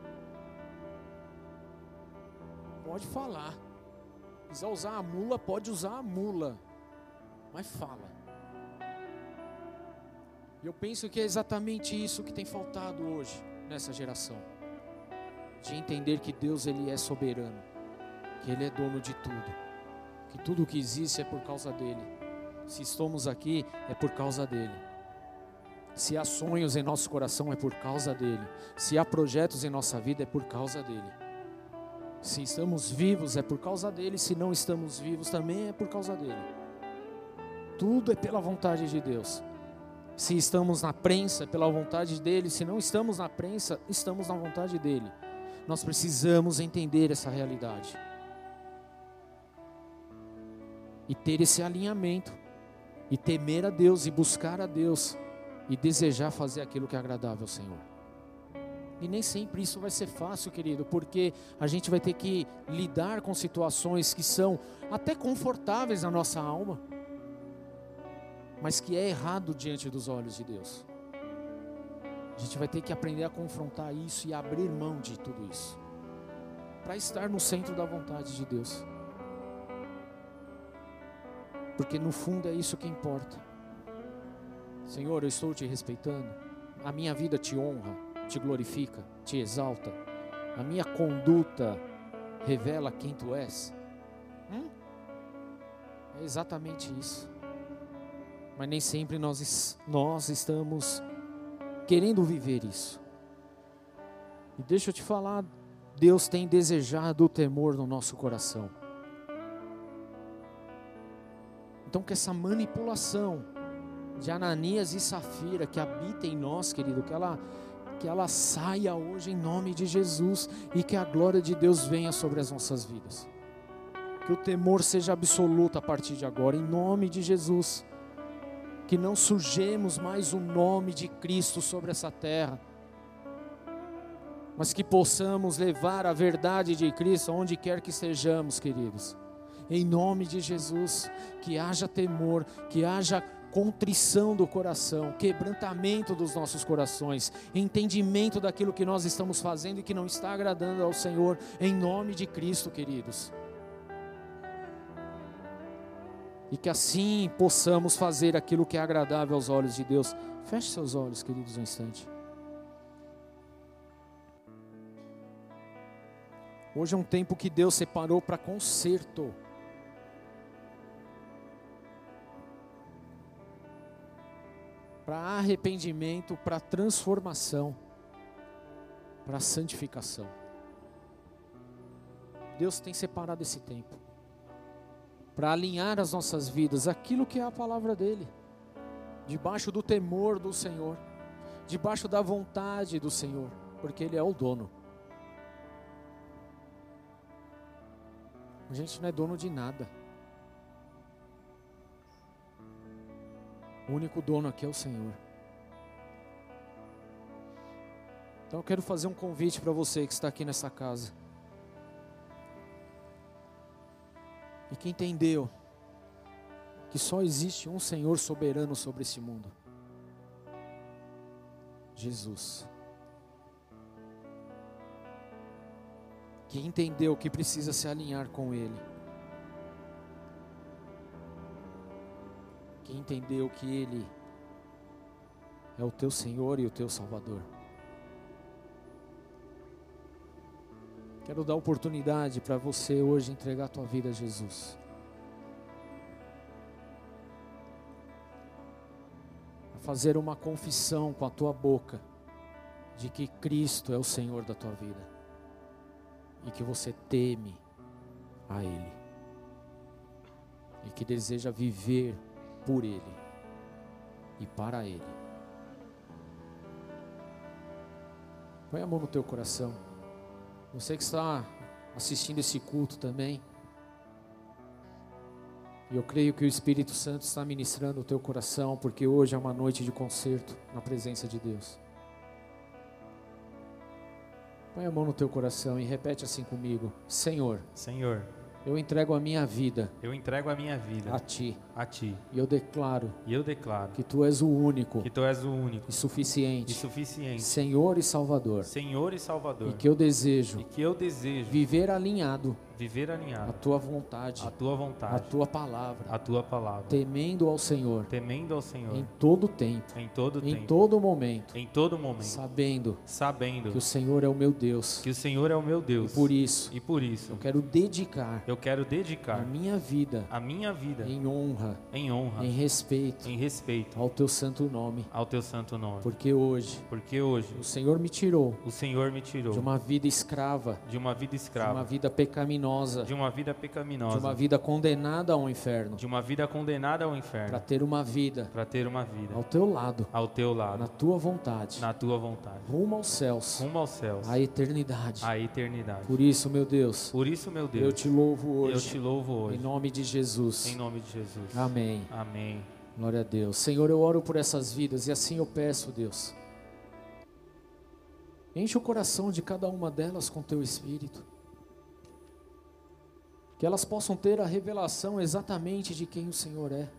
Pode falar. Se quiser usar a mula, pode usar a mula. Mas fala. E eu penso que é exatamente isso que tem faltado hoje, nessa geração. De entender que Deus, Ele é soberano, que Ele é dono de tudo, que tudo que existe é por causa dEle. Se estamos aqui, é por causa dEle. Se há sonhos em nosso coração, é por causa dEle. Se há projetos em nossa vida, é por causa dEle. Se estamos vivos, é por causa dEle. Se não estamos vivos, também é por causa dEle. Tudo é pela vontade de Deus. Se estamos na prensa, é pela vontade dEle. Se não estamos na prensa, estamos na vontade dEle. Nós precisamos entender essa realidade. E ter esse alinhamento. E temer a Deus, e buscar a Deus. E desejar fazer aquilo que é agradável ao Senhor. E nem sempre isso vai ser fácil, querido, porque a gente vai ter que lidar com situações que são até confortáveis na nossa alma, mas que é errado diante dos olhos de Deus. A gente vai ter que aprender a confrontar isso e abrir mão de tudo isso, para estar no centro da vontade de Deus. Porque no fundo é isso que importa. Senhor, eu estou te respeitando, a minha vida te honra, te glorifica, te exalta, a minha conduta revela quem tu és. Hum? É exatamente isso. Mas nem sempre nós, nós estamos querendo viver isso. E deixa eu te falar, Deus tem desejado o temor no nosso coração. Então que essa manipulação de Ananias e Safira que habita em nós, querido, que ela, que ela saia hoje em nome de Jesus, e que a glória de Deus venha sobre as nossas vidas. Que o temor seja absoluto a partir de agora, em nome de Jesus. Que não sujemos mais o nome de Cristo sobre essa terra, mas que possamos levar a verdade de Cristo onde quer que estejamos, queridos. Em nome de Jesus, que haja temor, que haja contrição do coração, quebrantamento dos nossos corações, entendimento daquilo que nós estamos fazendo e que não está agradando ao Senhor, em nome de Cristo, queridos. E que assim possamos fazer aquilo que é agradável aos olhos de Deus. Feche seus olhos, queridos, um instante. Hoje é um tempo que Deus separou para conserto. Para arrependimento, para transformação, para santificação. Deus tem separado esse tempo para alinhar as nossas vidas, aquilo que é a palavra dEle, debaixo do temor do Senhor, debaixo da vontade do Senhor, porque Ele é o dono. A gente não é dono de nada. O único dono aqui é o Senhor. Então eu quero fazer um convite para você que está aqui nessa casa. E que entendeu que só existe um Senhor soberano sobre esse mundo. Jesus. Que entendeu que precisa se alinhar com Ele. Que entendeu que Ele é o teu Senhor e o teu Salvador. Quero dar oportunidade para você hoje entregar a tua vida a Jesus. A fazer uma confissão com a tua boca de que Cristo é o Senhor da tua vida e que você teme a Ele e que deseja viver por Ele e para Ele. Põe a mão no teu coração. Você que está assistindo esse culto também, e eu creio que o Espírito Santo está ministrando o teu coração, porque hoje é uma noite de concerto na presença de Deus. Põe a mão no teu coração e repete assim comigo: Senhor, Senhor, eu entrego a minha vida eu entrego a minha vida a Ti, a Ti, e eu declaro e eu declaro que Tu és o único que Tu és o único e e suficiente suficiente Senhor e Salvador, Senhor e Salvador, e que eu desejo e que eu desejo viver alinhado viver a alinhado tua vontade, à tua a vontade, tua palavra, à tua palavra, temendo ao Senhor temendo ao Senhor em todo tempo, em todo em tempo, todo momento, em todo momento, sabendo sabendo que o Senhor é o meu Deus. que o Senhor é o meu E Deus. por isso, E por isso, eu quero dedicar eu quero a dedicar minha vida a minha vida em honra, em honra, em respeito em respeito ao teu santo nome, ao teu santo nome. porque hoje Porque hoje o Senhor me tirou o Senhor me tirou de uma vida escrava, de uma vida de uma escrava, vida pecaminosa, de uma vida de pecaminosa, uma vida condenada ao inferno, de uma vida condenada ao para inferno, ter uma vida para ter uma vida ao teu lado, ao teu lado, na tua vontade, na tua vontade, rumo aos céus, rumo aos céus, à eternidade. à eternidade. Por isso, meu Deus, Por isso, meu eu Deus, te louvo eu hoje, te louvo em hoje, nome de Jesus. em nome de Jesus. Amém. Amém. Glória a Deus. Senhor, eu oro por essas vidas e assim eu peço, Deus, enche o coração de cada uma delas com teu Espírito, que elas possam ter a revelação exatamente de quem o Senhor é,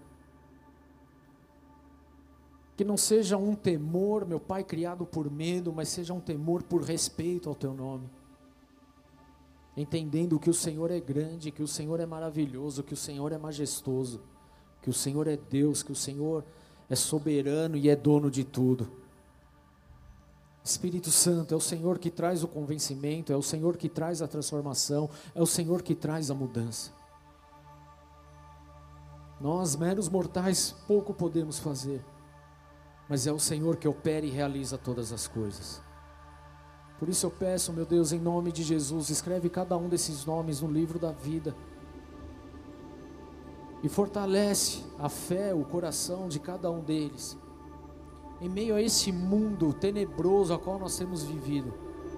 que não seja um temor, meu Pai, criado por medo, mas seja um temor por respeito ao teu nome, entendendo que o Senhor é grande, que o Senhor é maravilhoso, que o Senhor é majestoso, que o Senhor é Deus, que o Senhor é soberano e é dono de tudo. Espírito Santo, é o Senhor que traz o convencimento, é o Senhor que traz a transformação, é o Senhor que traz a mudança. Nós, meros mortais, pouco podemos fazer, mas é o Senhor que opera e realiza todas as coisas. Por isso eu peço, meu Deus, em nome de Jesus, escreve cada um desses nomes no livro da vida e fortalece a fé, o coração de cada um deles, em meio a esse mundo tenebroso a qual nós temos vivido.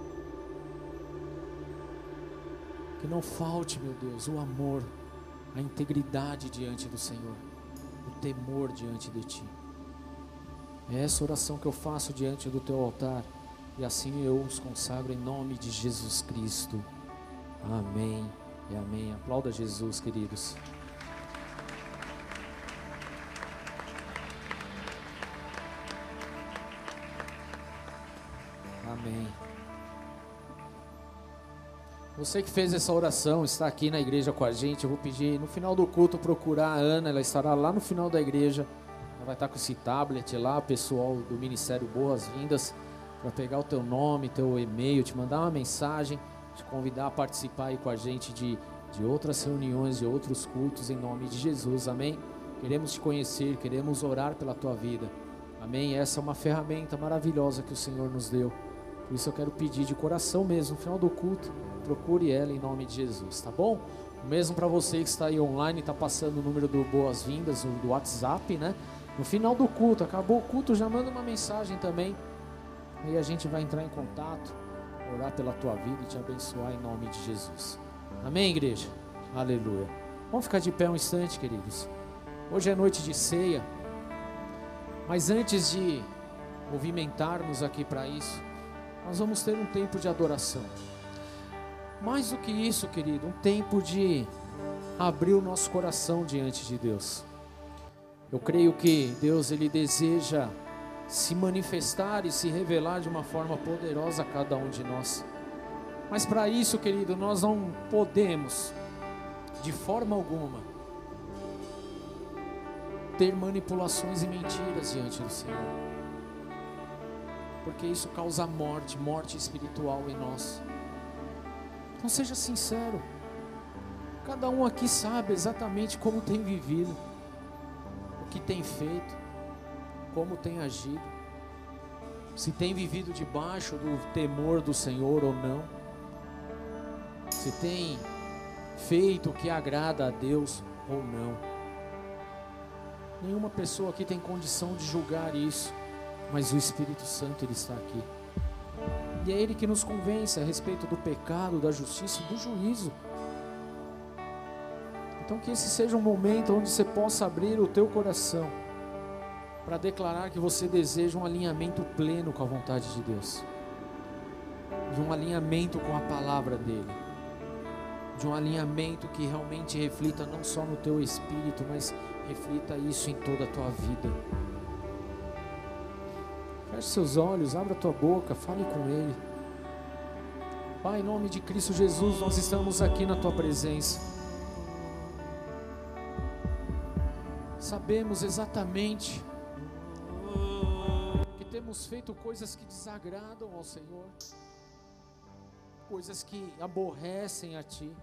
Que não falte, meu Deus, o amor, a integridade diante do Senhor, o temor diante de Ti. É essa oração que eu faço diante do Teu altar, e assim eu os consagro em nome de Jesus Cristo. Amém e amém. Aplauda Jesus, queridos. Amém. Você que fez essa oração, está aqui na igreja com a gente, eu vou pedir no final do culto procurar a Ana, ela estará lá no final da igreja, ela vai estar com esse tablet lá, o pessoal do Ministério Boas-Vindas, para pegar o teu nome, teu e-mail, te mandar uma mensagem, te convidar a participar aí com a gente de, de outras reuniões, de outros cultos, em nome de Jesus, amém? Queremos te conhecer, queremos orar pela tua vida, amém? Essa é uma ferramenta maravilhosa que o Senhor nos deu. Por isso eu quero pedir de coração mesmo, no final do culto, procure ela em nome de Jesus, tá bom? O mesmo para você que está aí online, está passando o número do Boas-Vindas, do WhatsApp, né? No final do culto, acabou o culto, já manda uma mensagem também, aí a gente vai entrar em contato, orar pela tua vida e te abençoar em nome de Jesus. Amém, igreja? Aleluia. Vamos ficar de pé um instante, queridos. Hoje é noite de ceia, mas antes de movimentarmos aqui para isso, nós vamos ter um tempo de adoração. Mais do que isso, querido, um tempo de abrir o nosso coração diante de Deus. Eu creio que Deus, Ele deseja se manifestar e se revelar de uma forma poderosa a cada um de nós. Mas para isso, querido, nós não podemos, de forma alguma, ter manipulações e mentiras diante do Senhor. Porque isso causa morte, morte espiritual em nós. Então seja sincero. Cada um aqui sabe exatamente como tem vivido, o que tem feito, como tem agido, se tem vivido debaixo do temor do Senhor ou não, se tem feito o que agrada a Deus ou não. Nenhuma pessoa aqui tem condição de julgar isso, mas o Espírito Santo, Ele está aqui. E é Ele que nos convence a respeito do pecado, da justiça e do juízo. Então que esse seja um momento onde você possa abrir o teu coração para declarar que você deseja um alinhamento pleno com a vontade de Deus, de um alinhamento com a palavra dEle, de um alinhamento que realmente reflita não só no teu espírito, mas reflita isso em toda a tua vida. Feche seus olhos, abra a tua boca, fale com Ele. Pai, em nome de Cristo Jesus, nós estamos aqui na Tua presença. Sabemos exatamente que temos feito coisas que desagradam ao Senhor, coisas que aborrecem a Ti.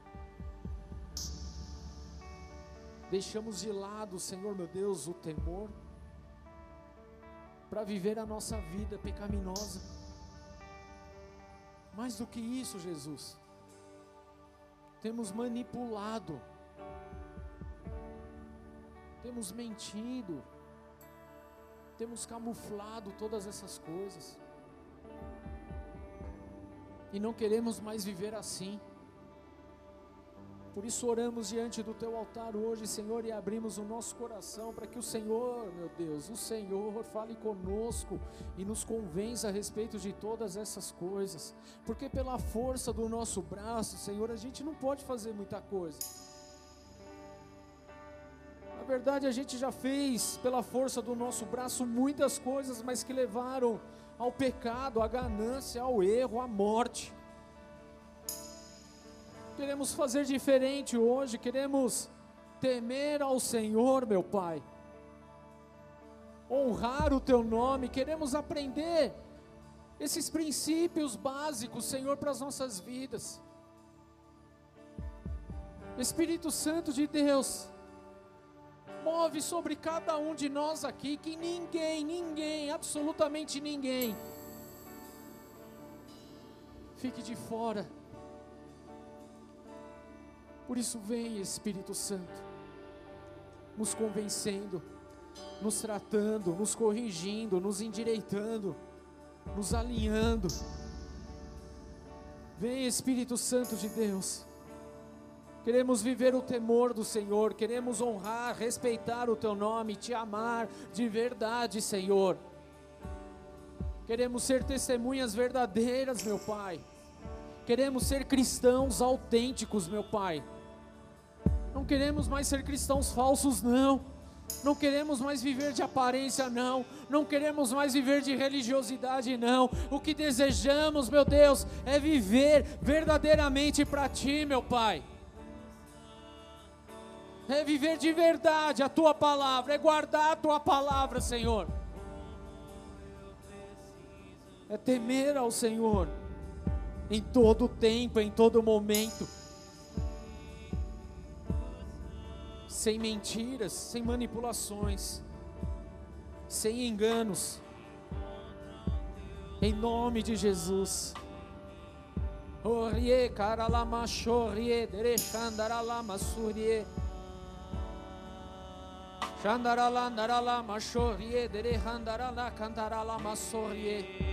Deixamos de lado, Senhor meu Deus, o temor, para viver a nossa vida pecaminosa. Mais do que isso, Jesus, temos manipulado, temos mentido, temos camuflado todas essas coisas, e não queremos mais viver assim. Por isso oramos diante do Teu altar hoje, Senhor, e abrimos o nosso coração para que o Senhor, meu Deus, o Senhor fale conosco e nos convença a respeito de todas essas coisas, porque pela força do nosso braço, Senhor, a gente não pode fazer muita coisa. Na verdade, a gente já fez pela força do nosso braço muitas coisas, mas que levaram ao pecado, à ganância, ao erro, à morte. Queremos fazer diferente hoje, queremos temer ao Senhor, meu Pai, honrar o Teu nome, queremos aprender esses princípios básicos, Senhor, para as nossas vidas. Espírito Santo de Deus, move sobre cada um de nós aqui, que ninguém, ninguém, absolutamente ninguém, fique de fora. Por isso vem, Espírito Santo, nos convencendo, nos tratando, nos corrigindo, nos endireitando, nos alinhando. Vem, Espírito Santo de Deus. Queremos viver o temor do Senhor, queremos honrar, respeitar o Teu nome, Te amar de verdade, Senhor. Queremos ser testemunhas verdadeiras, meu Pai. Queremos ser cristãos autênticos, meu Pai. Não queremos mais ser cristãos falsos, não. Não queremos mais viver de aparência, não. Não queremos mais viver de religiosidade, não. O que desejamos, meu Deus, é viver verdadeiramente para Ti, meu Pai. É viver de verdade a Tua palavra, é guardar a Tua palavra, Senhor. É temer ao Senhor em todo tempo, em todo momento, sem mentiras, sem manipulações, sem enganos, em nome de Jesus. Orie karalama shorie dere shandaralama surie shandaralandaralama shorie dere handarala cantaralama sorie.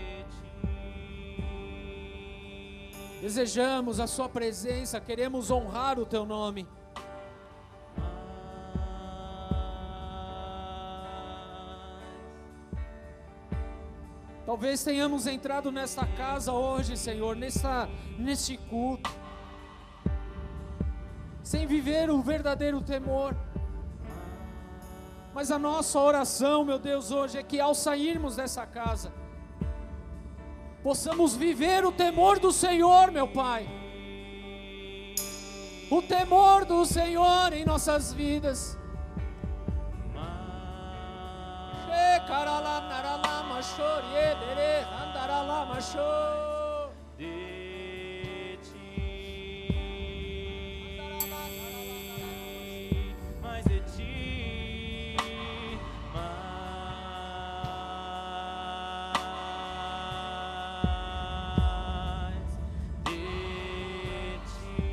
Desejamos a Sua presença, queremos honrar o Teu nome. Talvez tenhamos entrado nesta casa hoje, Senhor, nesta, neste culto, sem viver o verdadeiro temor. Mas a nossa oração, meu Deus, hoje é que ao sairmos dessa casa, possamos viver o temor do Senhor, meu Pai. O temor do Senhor em nossas vidas. De Ti, mais de Ti, mais de Ti,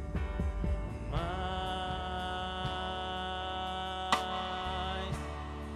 mais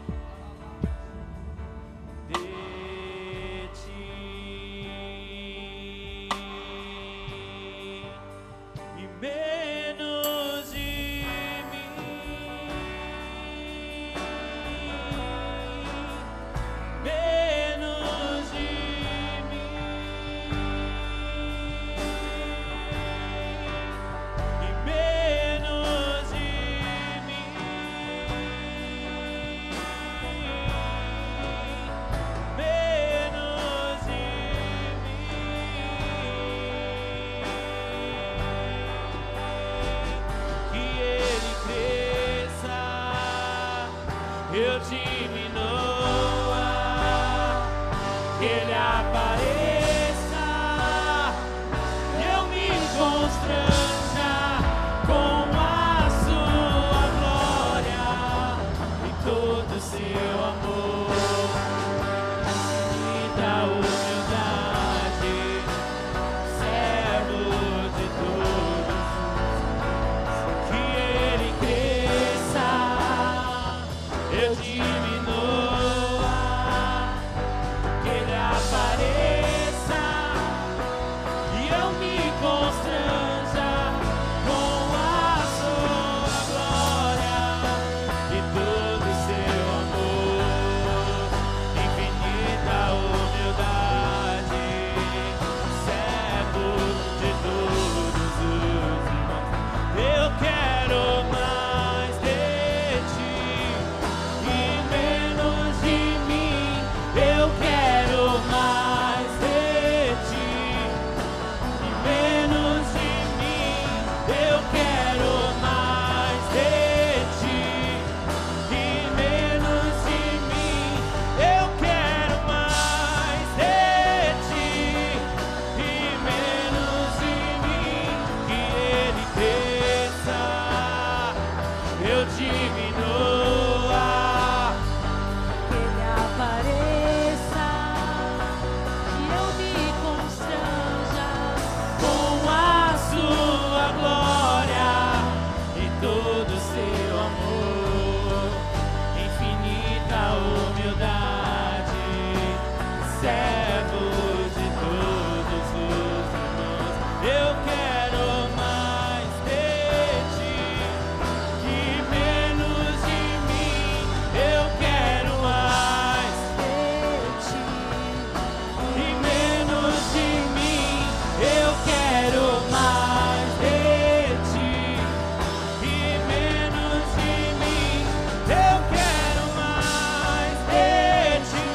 constranja com a sua glória e todo o seu amor, infinita humildade, servo de todos os irmãos. Eu quero mais de ti e menos de mim. Eu quero mais de ti e menos de mim. Eu quero mais de ti e menos de mim. Eu quero mais de ti e menos de mim. Que ele cresça, eu diminua. Que ele apareça, que eu me constranja Com a sua glória e todo o seu amor, infinita humildade, servo de todos os irmãos. Eu quero mais de ti e menos de mim. Eu quero mais de ti. e menos de mim. Eu quero mais de ti e menos de mim. Eu quero mais de ti,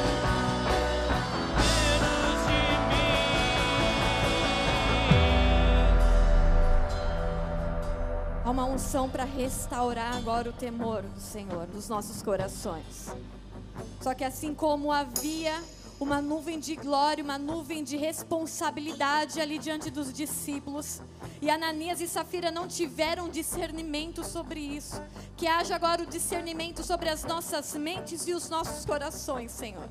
menos de mim. Há uma unção para restaurar agora o temor do Senhor nos nossos corações. Só que assim como havia uma nuvem de glória, uma nuvem de responsabilidade ali diante dos discípulos, e Ananias e Safira não tiveram discernimento sobre isso, que haja agora o discernimento sobre as nossas mentes e os nossos corações, Senhor.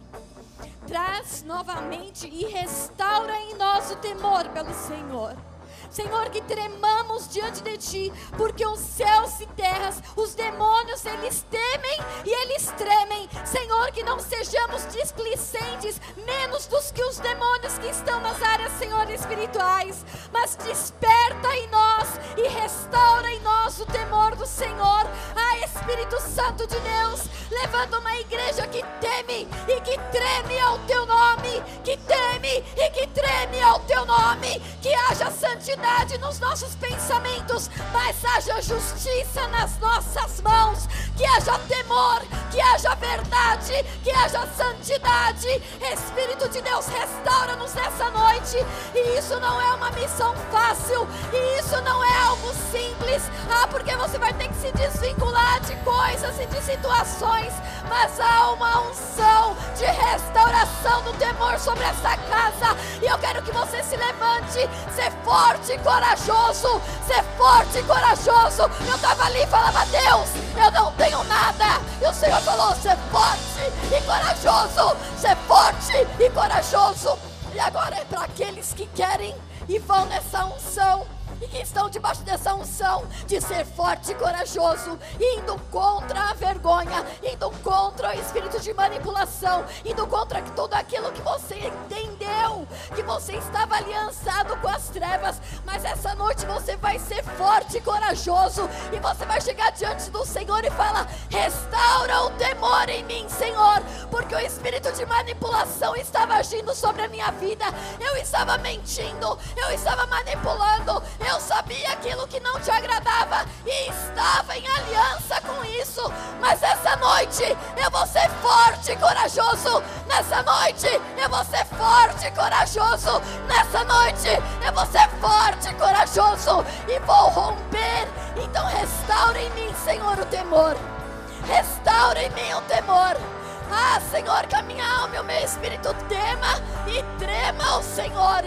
Traz novamente e restaura em nós o temor pelo Senhor. Senhor, que tremamos diante de Ti, porque os céus e terras, os demônios, eles temem e eles tremem. Senhor, que não sejamos displicentes, menos dos que os demônios que estão nas áreas, Senhor, espirituais, mas desperta em nós e restaura em nós o temor do Senhor. Ah, Espírito Santo de Deus, levanta uma igreja que teme e que treme ao Teu nome, que teme e que treme ao Teu nome, que haja santidade nos nossos pensamentos, mas haja justiça nas nossas mãos, que haja temor, que haja verdade, que haja santidade. Espírito de Deus, restaura-nos nessa noite, e isso não é uma missão fácil, e isso não é algo simples, ah, porque você vai ter que se desvincular de coisas e de situações, mas há uma unção de restauração do temor sobre essa casa, e eu quero que você se levante, ser forte e corajoso, ser forte e corajoso. Eu estava ali e falava: Deus, eu não tenho nada, e o Senhor falou: ser forte e corajoso, ser forte e corajoso. E agora é para aqueles que querem e vão nessa unção, e que estão debaixo dessa unção de ser forte e corajoso, indo contra a vergonha, indo contra o espírito de manipulação, indo contra tudo aquilo que você entendeu, que você estava aliançado com as trevas. Mas essa noite você vai ser forte e corajoso, e você vai chegar diante do Senhor e falar: restaura o temor em mim, Senhor, porque o espírito de manipulação estava agindo sobre a minha vida, eu estava mentindo, eu estava manipulando, eu sabia aquilo que não te agradava e estava em aliança com isso. Mas essa noite eu vou ser forte e corajoso. Nessa noite eu vou ser forte e corajoso. Nessa noite eu vou ser forte e corajoso e vou romper. Então restaura em mim, Senhor, o temor. Restaura em mim o temor. Ah, Senhor, que a minha alma e o meu espírito tema e trema ao Senhor.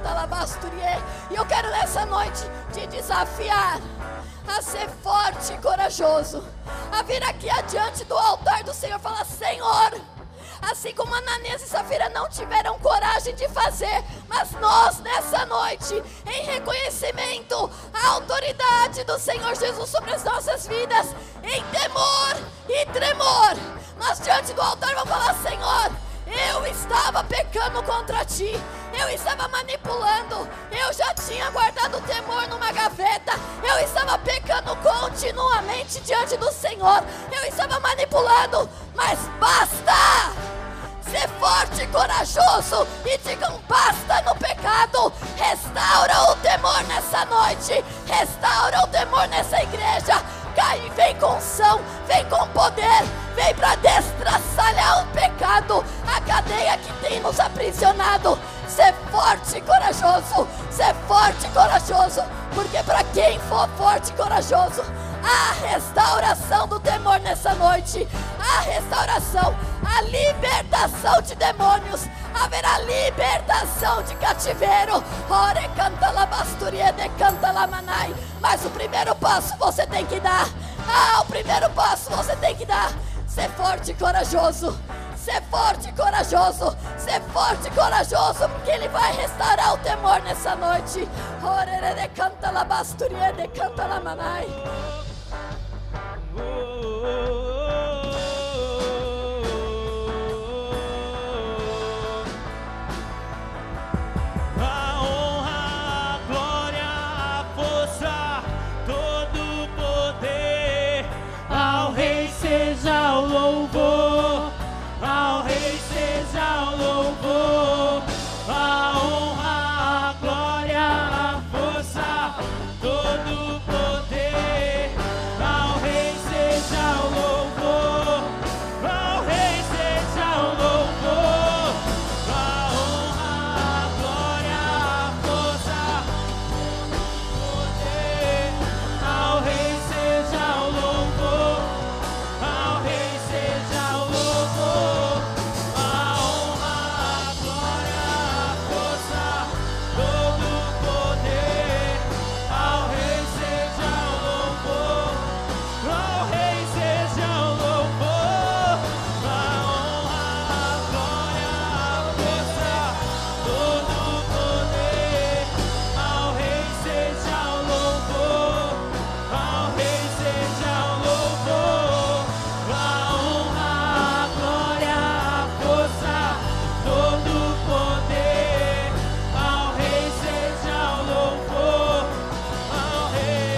E eu quero nessa noite te desafiar a ser forte e corajoso, a vir aqui adiante do altar do Senhor e falar: Senhor, assim como Ananias e Safira não tiveram coragem de fazer, mas nós nessa noite, em reconhecimento à autoridade do Senhor Jesus sobre as nossas vidas, em temor e tremor, nós diante do altar vamos falar: Senhor, eu estava pecando contra Ti, eu estava manipulando, eu já tinha guardado mente diante do Senhor. Eu estava manipulando, mas basta! Ser forte e corajoso e digam basta no pecado. Restaura o temor nessa noite. Restaura o temor nessa igreja. Cai, vem com unção, vem com poder. Vem para destraçalhar o pecado, a cadeia que tem nos aprisionado. Ser forte e corajoso. Ser forte e corajoso. Porque para quem for forte e corajoso, a restauração do temor nessa noite, a restauração, a libertação de demônios, haverá libertação de cativeiro. Ore canta la basturiede, canta la manai. Mas o primeiro passo você tem que dar. Ah, o primeiro passo você tem que dar. Ser forte e corajoso. Ser forte e corajoso. Ser forte e corajoso, porque Ele vai restaurar o temor nessa noite. Ore canta la basturiede, canta la manai. Seja o louvor, ao Rei seja o louvor, a honra, a glória, a força, todo o poder, ao Rei seja o louvor, ao Rei seja o louvor, a honra, a glória, a força, todo o poder, ao Rei seja o louvor. Ao Rei seja o louvor, a honra, a glória, a força, todo o poder. Ao Rei seja o louvor, ao Rei seja o louvor, a honra, a glória, a força, todo o poder. Ao Rei seja o louvor, ao Rei seja o louvor. A honra, a glória, a força, todo o poder, ao Rei seja o louvor, ao Rei.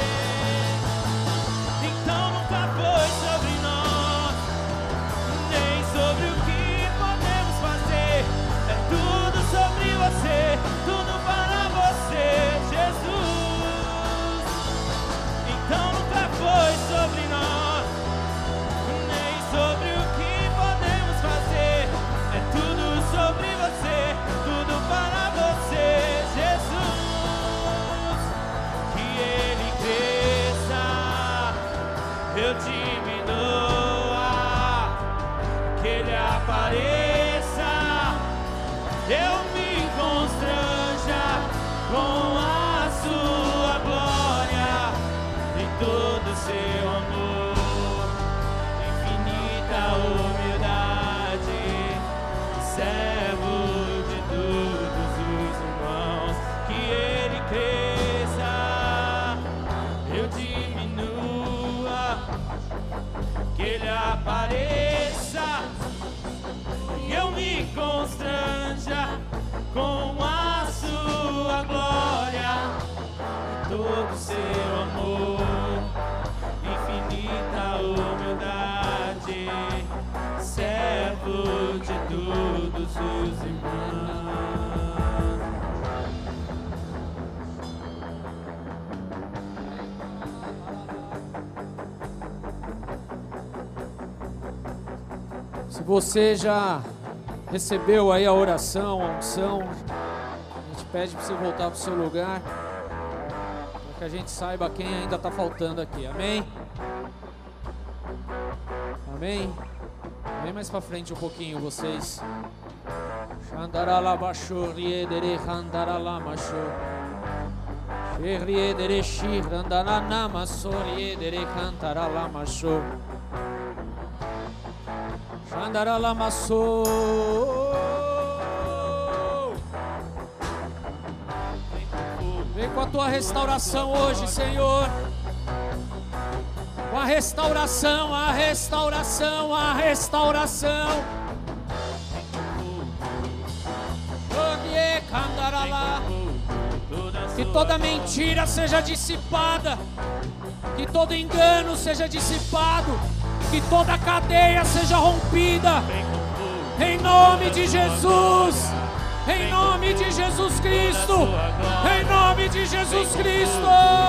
Então nunca foi sobre nós, nem sobre o que podemos fazer. É tudo sobre você, tudo para você, Jesus. Então nunca foi sobre nós, sobre o que podemos fazer, é tudo sobre você, tudo para você, Jesus. Que Ele cresça, eu diminua, que Ele apareça, eu me constranja com a sua glória e todo o seu amor. Humildade, servo de todos os irmãos. Que Ele cresça, eu diminua, que Ele apareça, eu me constranja com a sua glória e todo o seu amor. Infinita humildade, servo de todos os irmãos. Se você já recebeu aí a oração, a unção, a gente pede para você voltar para o seu lugar, para que a gente saiba quem ainda está faltando aqui. Amém? Amém? Vem mais para frente um pouquinho, vocês. Xandaralabaxo, riedere, xandaralamaxo. Xerriedere, xirrandaranamaxo, riedere, xandaralamaxo. Xandaralamaxo. Vem com a tua restauração hoje, Senhor. Com a restauração, a restauração, a restauração. Que toda mentira seja dissipada. Que todo engano seja dissipado, que toda cadeia seja rompida. Em nome de Jesus, em nome de Jesus Cristo, em nome de Jesus Cristo.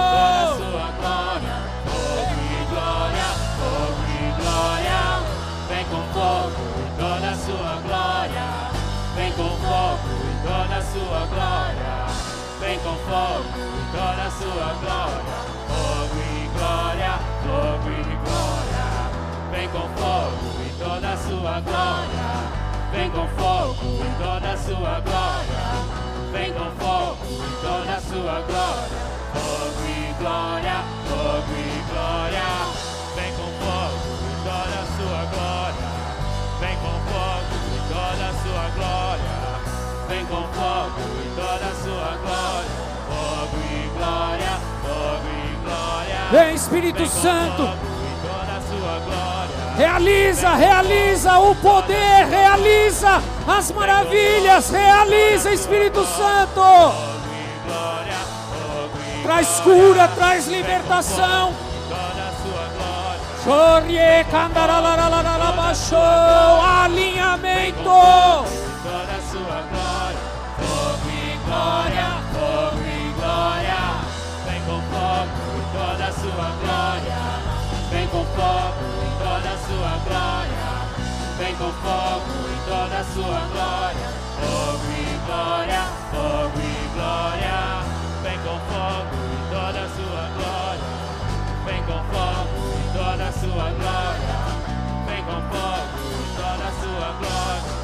Vem com fogo e toda a sua glória. Vem com fogo e toda a sua glória. Vem com fogo e toda a sua glória. Fogo e glória, fogo e glória. Vem com fogo e toda a sua glória. Vem com fogo e toda a sua glória. Vem com fogo e toda a sua glória. Fogo e glória, fogo e glória. Vem com fogo e toda a sua glória. Vem com fogo e toda a sua glória. Vem com fogo e toda a sua glória. Fogo e glória, fogo e glória. Vem, Espírito Vem com Santo. fogo e toda a sua glória. Realiza, realiza o poder, realiza as maravilhas, realiza, Espírito Santo. Fogo e glória, fogo e Traz cura, traz libertação. toda a sua glória. Chorie, candaralalalalabaxo, alinhamento. Toda a sua glória, fogo e glória, fogo e glória. Vem com fogo e toda a sua glória. Vem com fogo e toda a sua glória. Vem com fogo e toda a sua glória. Fogo e glória, fogo e glória. Vem com fogo e toda a sua glória. Vem com fogo e toda a sua glória. Vem com fogo e toda a sua glória.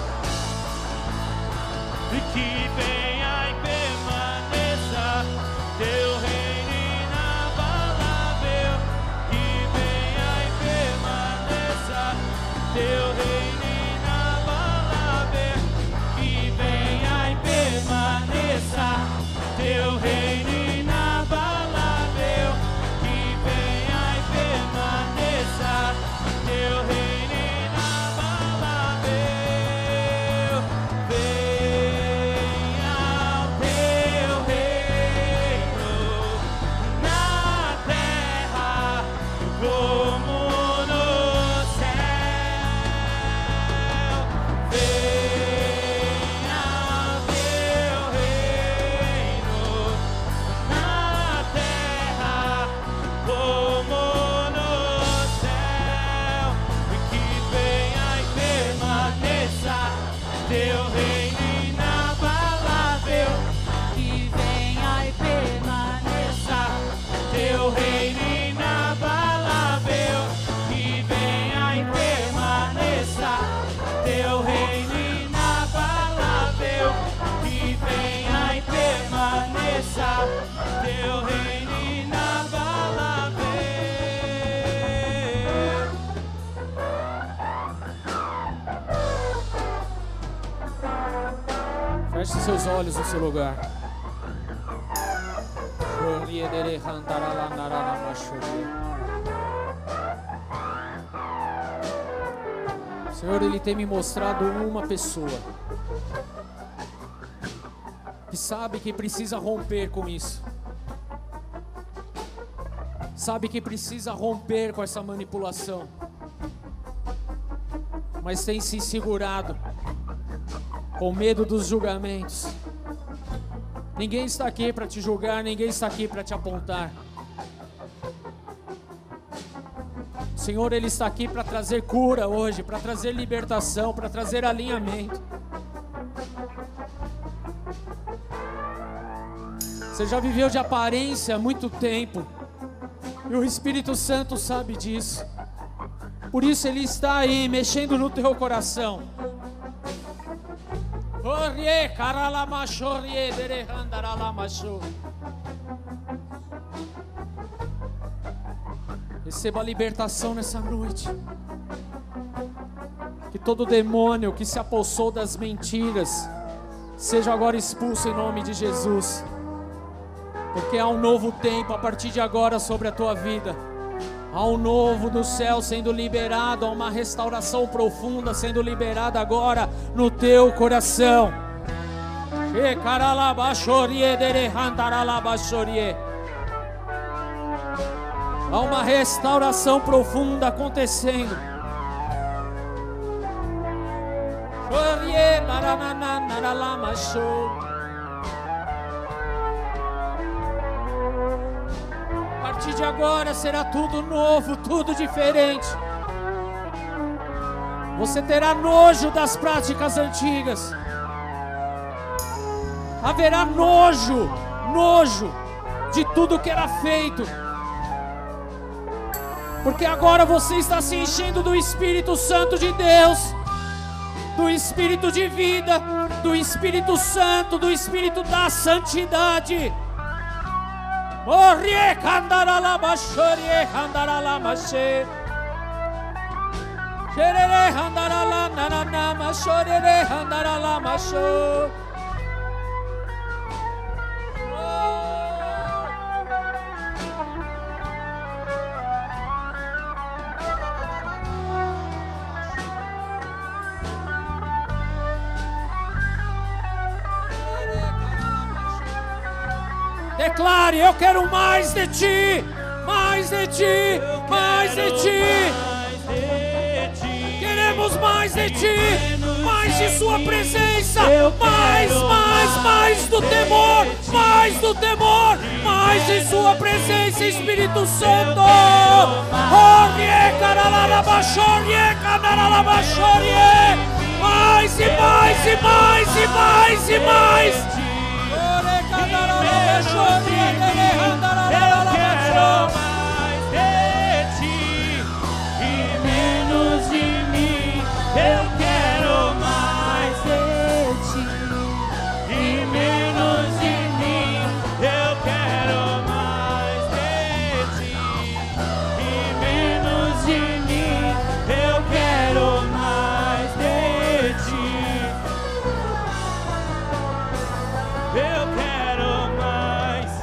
E que venha e permaneça teu reino inabalável. Que venha e permaneça teu reino inabalável. Que venha e permaneça teu reino inabalável. Que venha e permaneça teu reino inabalável. Venha o teu reino na terra como no céu. Venha o teu reino na terra como no céu. E que venha e permaneça teu reino inabalável. Que venha e permaneça teu reino inabalável. Que venha e permaneça teu reino inabalável. Que venha e permaneça teu reino inabalável. Feche seus olhos no seu lugar. Senhor, Ele tem me mostrado uma pessoa que sabe que precisa romper com isso. Sabe que precisa romper com essa manipulação, mas tem se segurado com medo dos julgamentos. Ninguém está aqui para te julgar, ninguém está aqui para te apontar. O Senhor, Ele está aqui para trazer cura hoje, para trazer libertação, para trazer alinhamento. Você já viveu de aparência há muito tempo, e o Espírito Santo sabe disso. Por isso Ele está aí, mexendo no teu coração. Receba a libertação nessa noite. Que todo demônio que se apossou das mentiras seja agora expulso em nome de Jesus. Porque há um novo tempo a partir de agora sobre a tua vida. Há um novo do céu sendo liberado, há uma restauração profunda sendo liberada agora no teu coração. Há uma restauração profunda acontecendo. A partir de agora será tudo novo, tudo diferente. Você terá nojo das práticas antigas. Haverá nojo, nojo de tudo que era feito. Porque agora você está se enchendo do Espírito Santo de Deus, do Espírito de vida, do Espírito Santo, do Espírito da santidade. Morrie candaralama chorie candaralama che. Cherere candaralama nanama chorere candaralama cho. Declare: eu quero mais de ti, mais de ti, mais de ti. Queremos mais de ti, mais de sua presença, mais, mais, mais do temor, mais do temor, mais de sua presença, Espírito Santo. Mais e mais e mais e mais e mais. Eu quero mais de ti e menos de mim. Eu quero mais de ti e menos de mim. Eu quero mais de ti e menos de mim. Eu quero mais de ti. Eu quero mais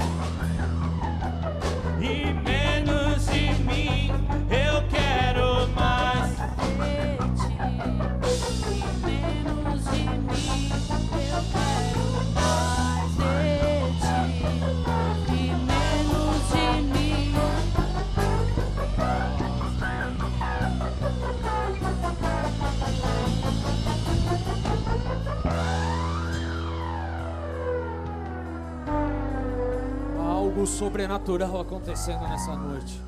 e menos de mim. Eu quero mais de ti e menos de mim. Eu quero mais de ti e menos de mim. Algo sobrenatural acontecendo nessa noite.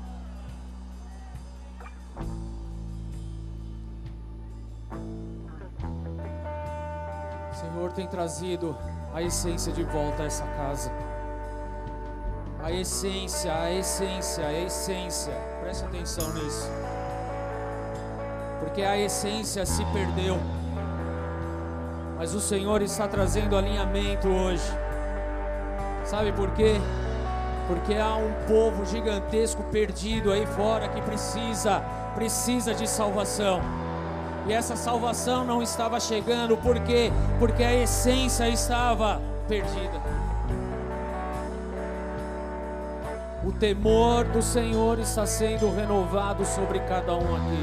O Senhor tem trazido a essência de volta a essa casa. A essência, a essência, a essência. Preste atenção nisso. Porque a essência se perdeu. Mas o Senhor está trazendo alinhamento hoje. Sabe por quê? Porque há um povo gigantesco perdido aí fora que precisa, precisa de salvação. E essa salvação não estava chegando, por quê? Porque a essência estava perdida. O temor do Senhor está sendo renovado sobre cada um aqui.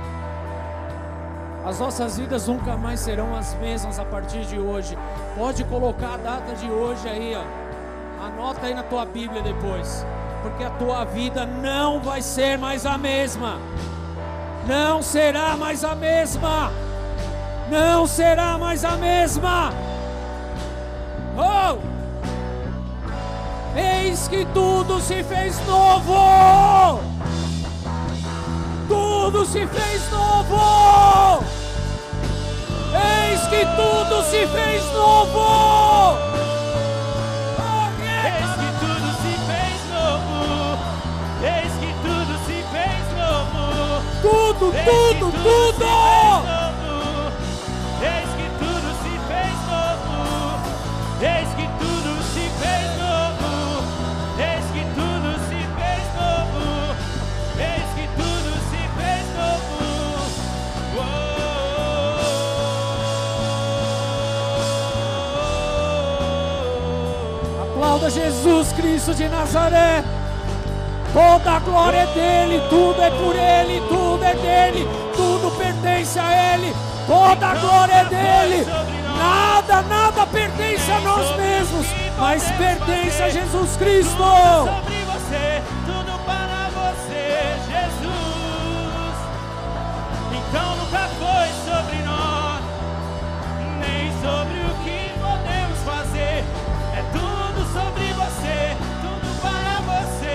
As nossas vidas nunca mais serão as mesmas a partir de hoje. Pode colocar a data de hoje aí, ó. Anota aí na tua Bíblia depois, porque a tua vida não vai ser mais a mesma. Não será mais a mesma. Não será mais a mesma. Oh! Eis que tudo se fez novo. Tudo se fez novo. Eis que tudo se fez novo. Tudo, tudo, tudo! Eis que tudo se fez novo. Eis que tudo se fez novo. Eis que tudo se fez novo. Eis que tudo se fez novo. Oh. Aplauda Jesus Cristo de Nazaré. Toda a glória é dele, tudo é por ele, tudo é dele, tudo pertence a ele, toda a glória é dele. Nada, nada pertence a nós mesmos, mas pertence a Jesus Cristo. Sobre você, tudo para Então nunca foi sobre nós, nem sobre o que podemos fazer. É tudo sobre você, tudo para você,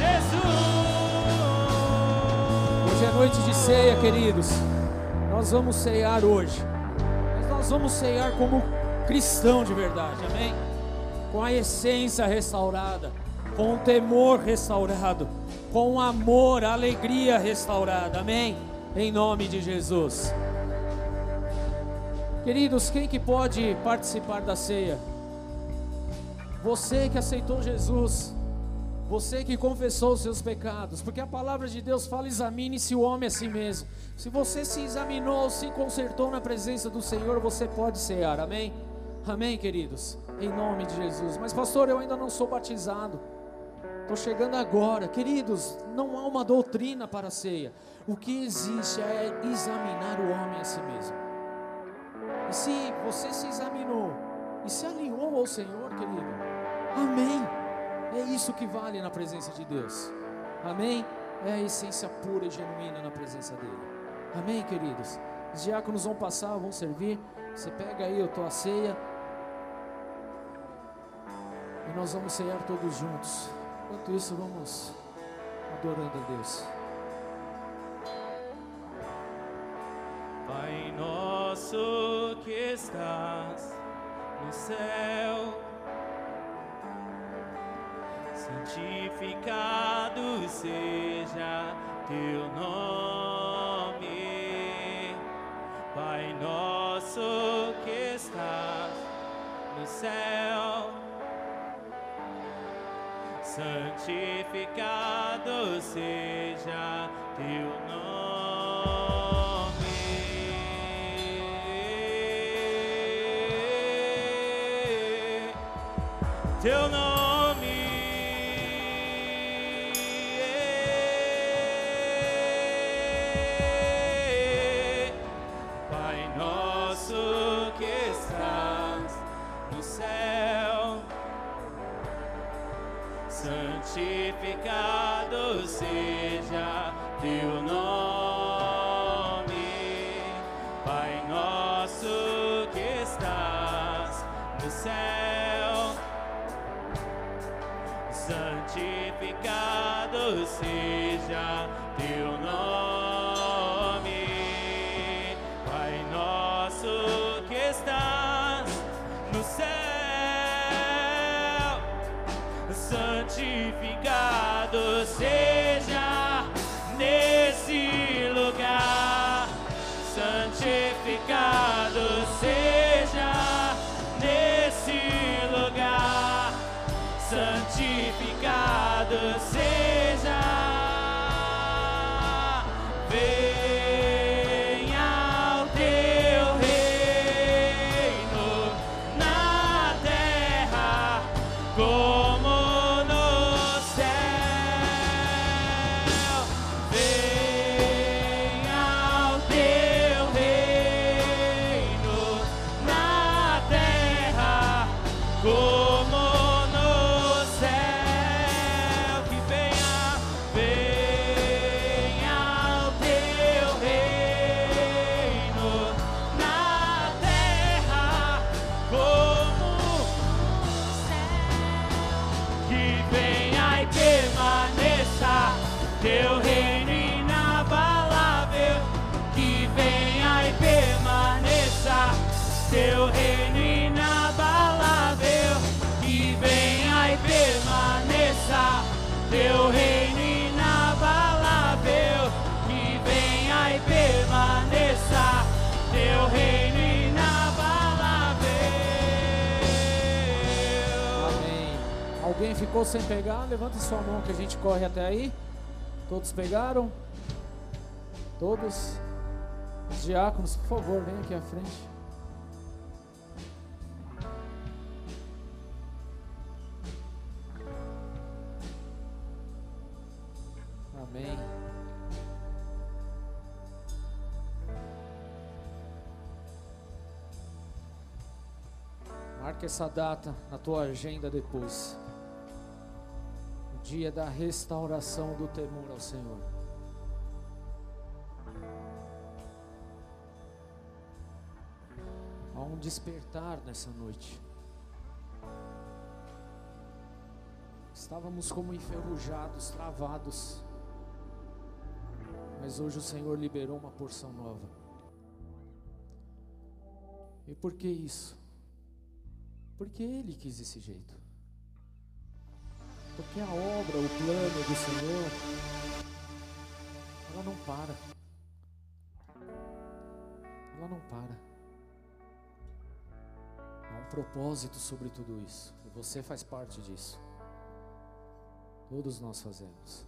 Jesus. Hoje é noite de ceia, queridos. Nós vamos ceiar hoje. Mas nós vamos ceiar como cristão de verdade, amém? Com a essência restaurada, com o temor restaurado, com o amor, a alegria restaurada, amém? Em nome de Jesus. Queridos, quem que pode participar da ceia? Você que aceitou Jesus, você que confessou os seus pecados, porque a palavra de Deus fala: examine-se o homem a si mesmo. Se você se examinou, se consertou na presença do Senhor, você pode cear, amém? Amém, queridos? Em nome de Jesus. Mas pastor, eu ainda não sou batizado, estou chegando agora. Queridos, não há uma doutrina para a ceia. O que existe é examinar o homem a si mesmo. E se você se examinou e se alinhou ao Senhor, querido, amém. É isso que vale na presença de Deus, amém? É a essência pura e genuína na presença dele, amém, queridos? Os diáconos vão passar, vão servir. Você pega aí a tua ceia e nós vamos ceiar todos juntos. Enquanto isso, vamos adorando a Deus. Pai nosso que estás no céu, santificado seja teu nome. Pai nosso que estás no céu, santificado seja teu nome. Teu nome, Pai nosso que estás no céu, santificado seja teu nome. Pai nosso que estás no céu, santificado seja teu nome. Pai nosso que estás no céu, santificado seja nesse lugar, santificado seja nesse lugar, santificado seja. Venha o teu reino na terra como no céu. Venha o teu reino na terra como no céu. Que venha, venha o teu reino na terra como no céu. Que venha e permaneça teu reino inabalável. Que venha e permaneça teu reino inabalável. Que venha e permaneça teu reino inabalável. Que venha e permaneça teu reino inabalável. Amém. Alguém ficou sem pegar? Levanta sua mão que a gente corre até aí. Todos pegaram? Todos? Os diáconos, por favor, venham aqui à frente. Amém. Marque essa data na tua agenda depois. O dia da restauração do temor ao Senhor. um despertar nessa noite. Estávamos como enferrujados, travados, mas hoje o Senhor liberou uma porção nova. E por que isso? Porque Ele quis desse jeito. Porque a obra, o plano do Senhor, ela não para. Ela não para. Há um propósito sobre tudo isso. E você faz parte disso. Todos nós fazemos.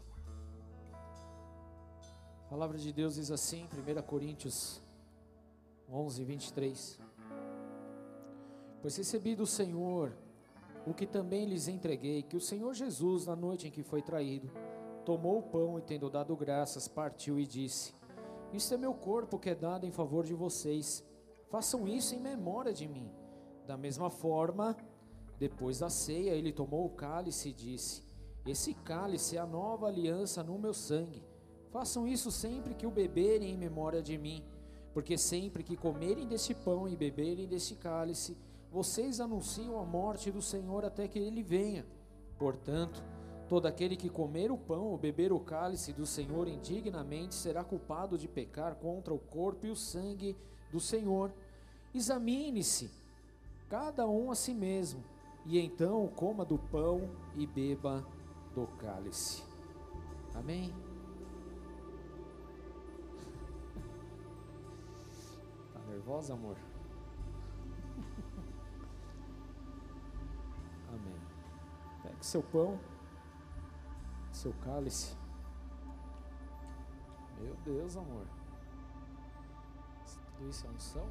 A palavra de Deus diz assim, primeira Coríntios onze, vinte e três. Pois recebi do Senhor o que também lhes entreguei, que o Senhor Jesus, na noite em que foi traído, tomou o pão e, tendo dado graças, partiu e disse: Isto é meu corpo que é dado em favor de vocês. Façam isso em memória de mim. Da mesma forma, depois da ceia, ele tomou o cálice e disse: Esse cálice é a nova aliança no meu sangue. Façam isso sempre que o beberem em memória de mim. Porque sempre que comerem deste pão e beberem deste cálice, vocês anunciam a morte do Senhor até que Ele venha. Portanto, todo aquele que comer o pão ou beber o cálice do Senhor indignamente será culpado de pecar contra o corpo e o sangue do Senhor. Examine-se, cada um a si mesmo, e então coma do pão e beba do cálice. Amém? Tá nervosa, amor? Amém. Pegue seu pão, seu cálice. Meu Deus, amor. Tudo isso é unção?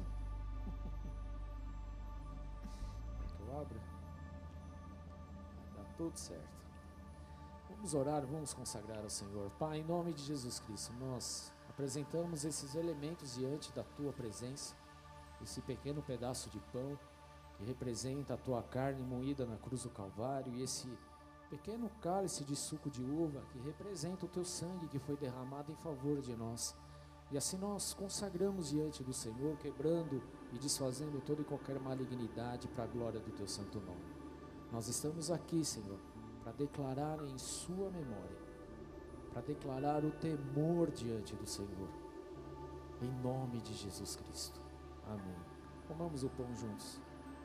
Quer que eu abra? Vai dar tudo certo. Vamos orar, vamos consagrar ao Senhor. Pai, em nome de Jesus Cristo, nós apresentamos esses elementos diante da Tua presença. Esse pequeno pedaço de pão que representa a Tua carne moída na cruz do Calvário, e esse pequeno cálice de suco de uva que representa o Teu sangue que foi derramado em favor de nós. E assim nós consagramos diante do Senhor, quebrando e desfazendo toda e qualquer malignidade para a glória do Teu santo nome. Nós estamos aqui, Senhor, para declarar em Sua memória, para declarar o temor diante do Senhor, em nome de Jesus Cristo. Amém. Comamos o pão juntos.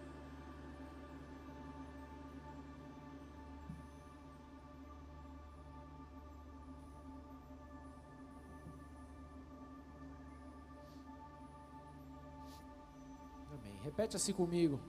Amém. Repete assim comigo.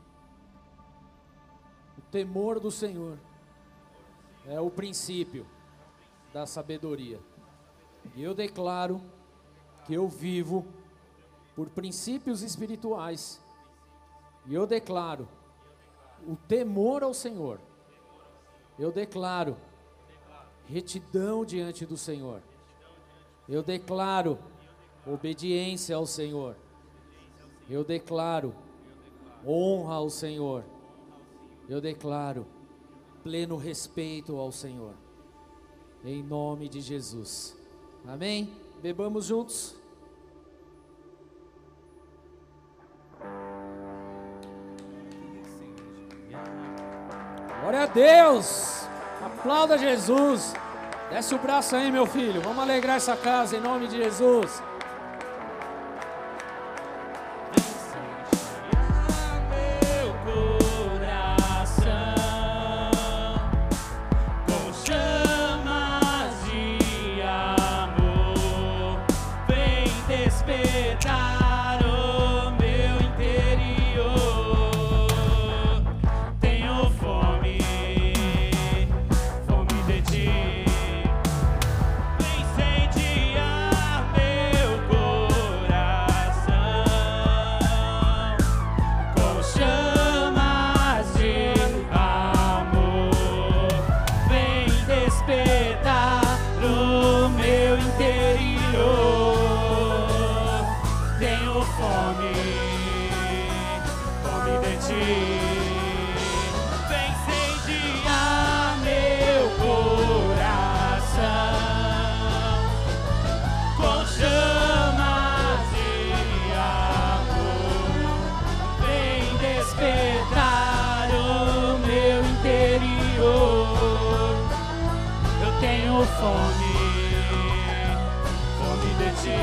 O temor do Senhor é o princípio da sabedoria. E eu declaro que eu vivo por princípios espirituais. E eu declaro o temor ao Senhor. Eu declaro retidão diante do Senhor. Eu declaro obediência ao Senhor. Eu declaro honra ao Senhor. Eu declaro pleno respeito ao Senhor. Em nome de Jesus. Amém? Bebamos juntos. Glória a Deus. Aplauda Jesus. Desce o braço aí, meu filho. Vamos alegrar essa casa em nome de Jesus. Vem tenho fome, fome de ti.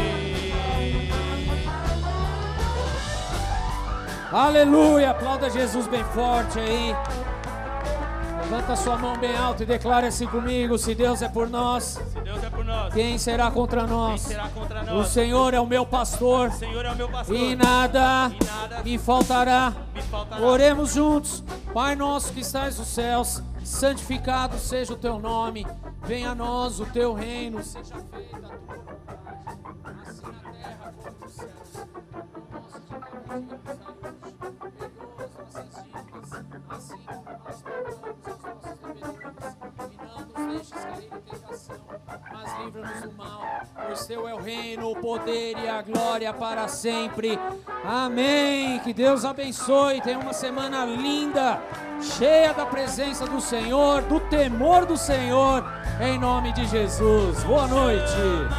Aleluia, aplauda Jesus bem forte aí. Levanta sua mão bem alto e declare assim comigo: se Deus é por nós, Se Deus é por nós, quem será contra nós? quem será contra O nós? Senhor é o meu pastor O Senhor é o meu pastor, e nada e nada me faltará. me faltará. Oremos juntos. Pai nosso que estás nos céus, santificado seja o teu nome. Venha a nós o teu reino. Seja feita a tua vontade, assim na terra como nos céus. O nosso de cada dia nos dai hoje. Perdoa as nossas dívidas, assim como nós perdoamos aos nossos devedores. E não nos deixes cair em tentação, mas livra-nos do mal. Pois teu é o reino, o poder e a glória para sempre. Amém. Que Deus abençoe. Tenha uma semana linda, cheia da presença do Senhor, do temor do Senhor, em nome de Jesus. Boa noite.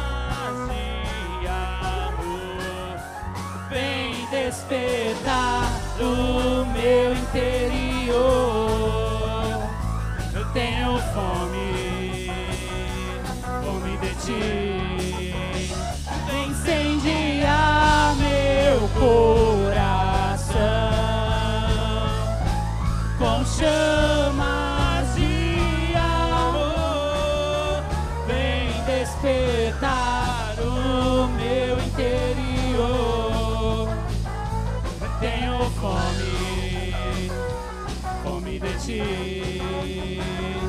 Vem despertar o meu interior. Eu tenho fome, fome de ti. Vem incendiar meu coração com chamas de amor. Vem despertar o meu interior. Eu tenho fome, fome de ti.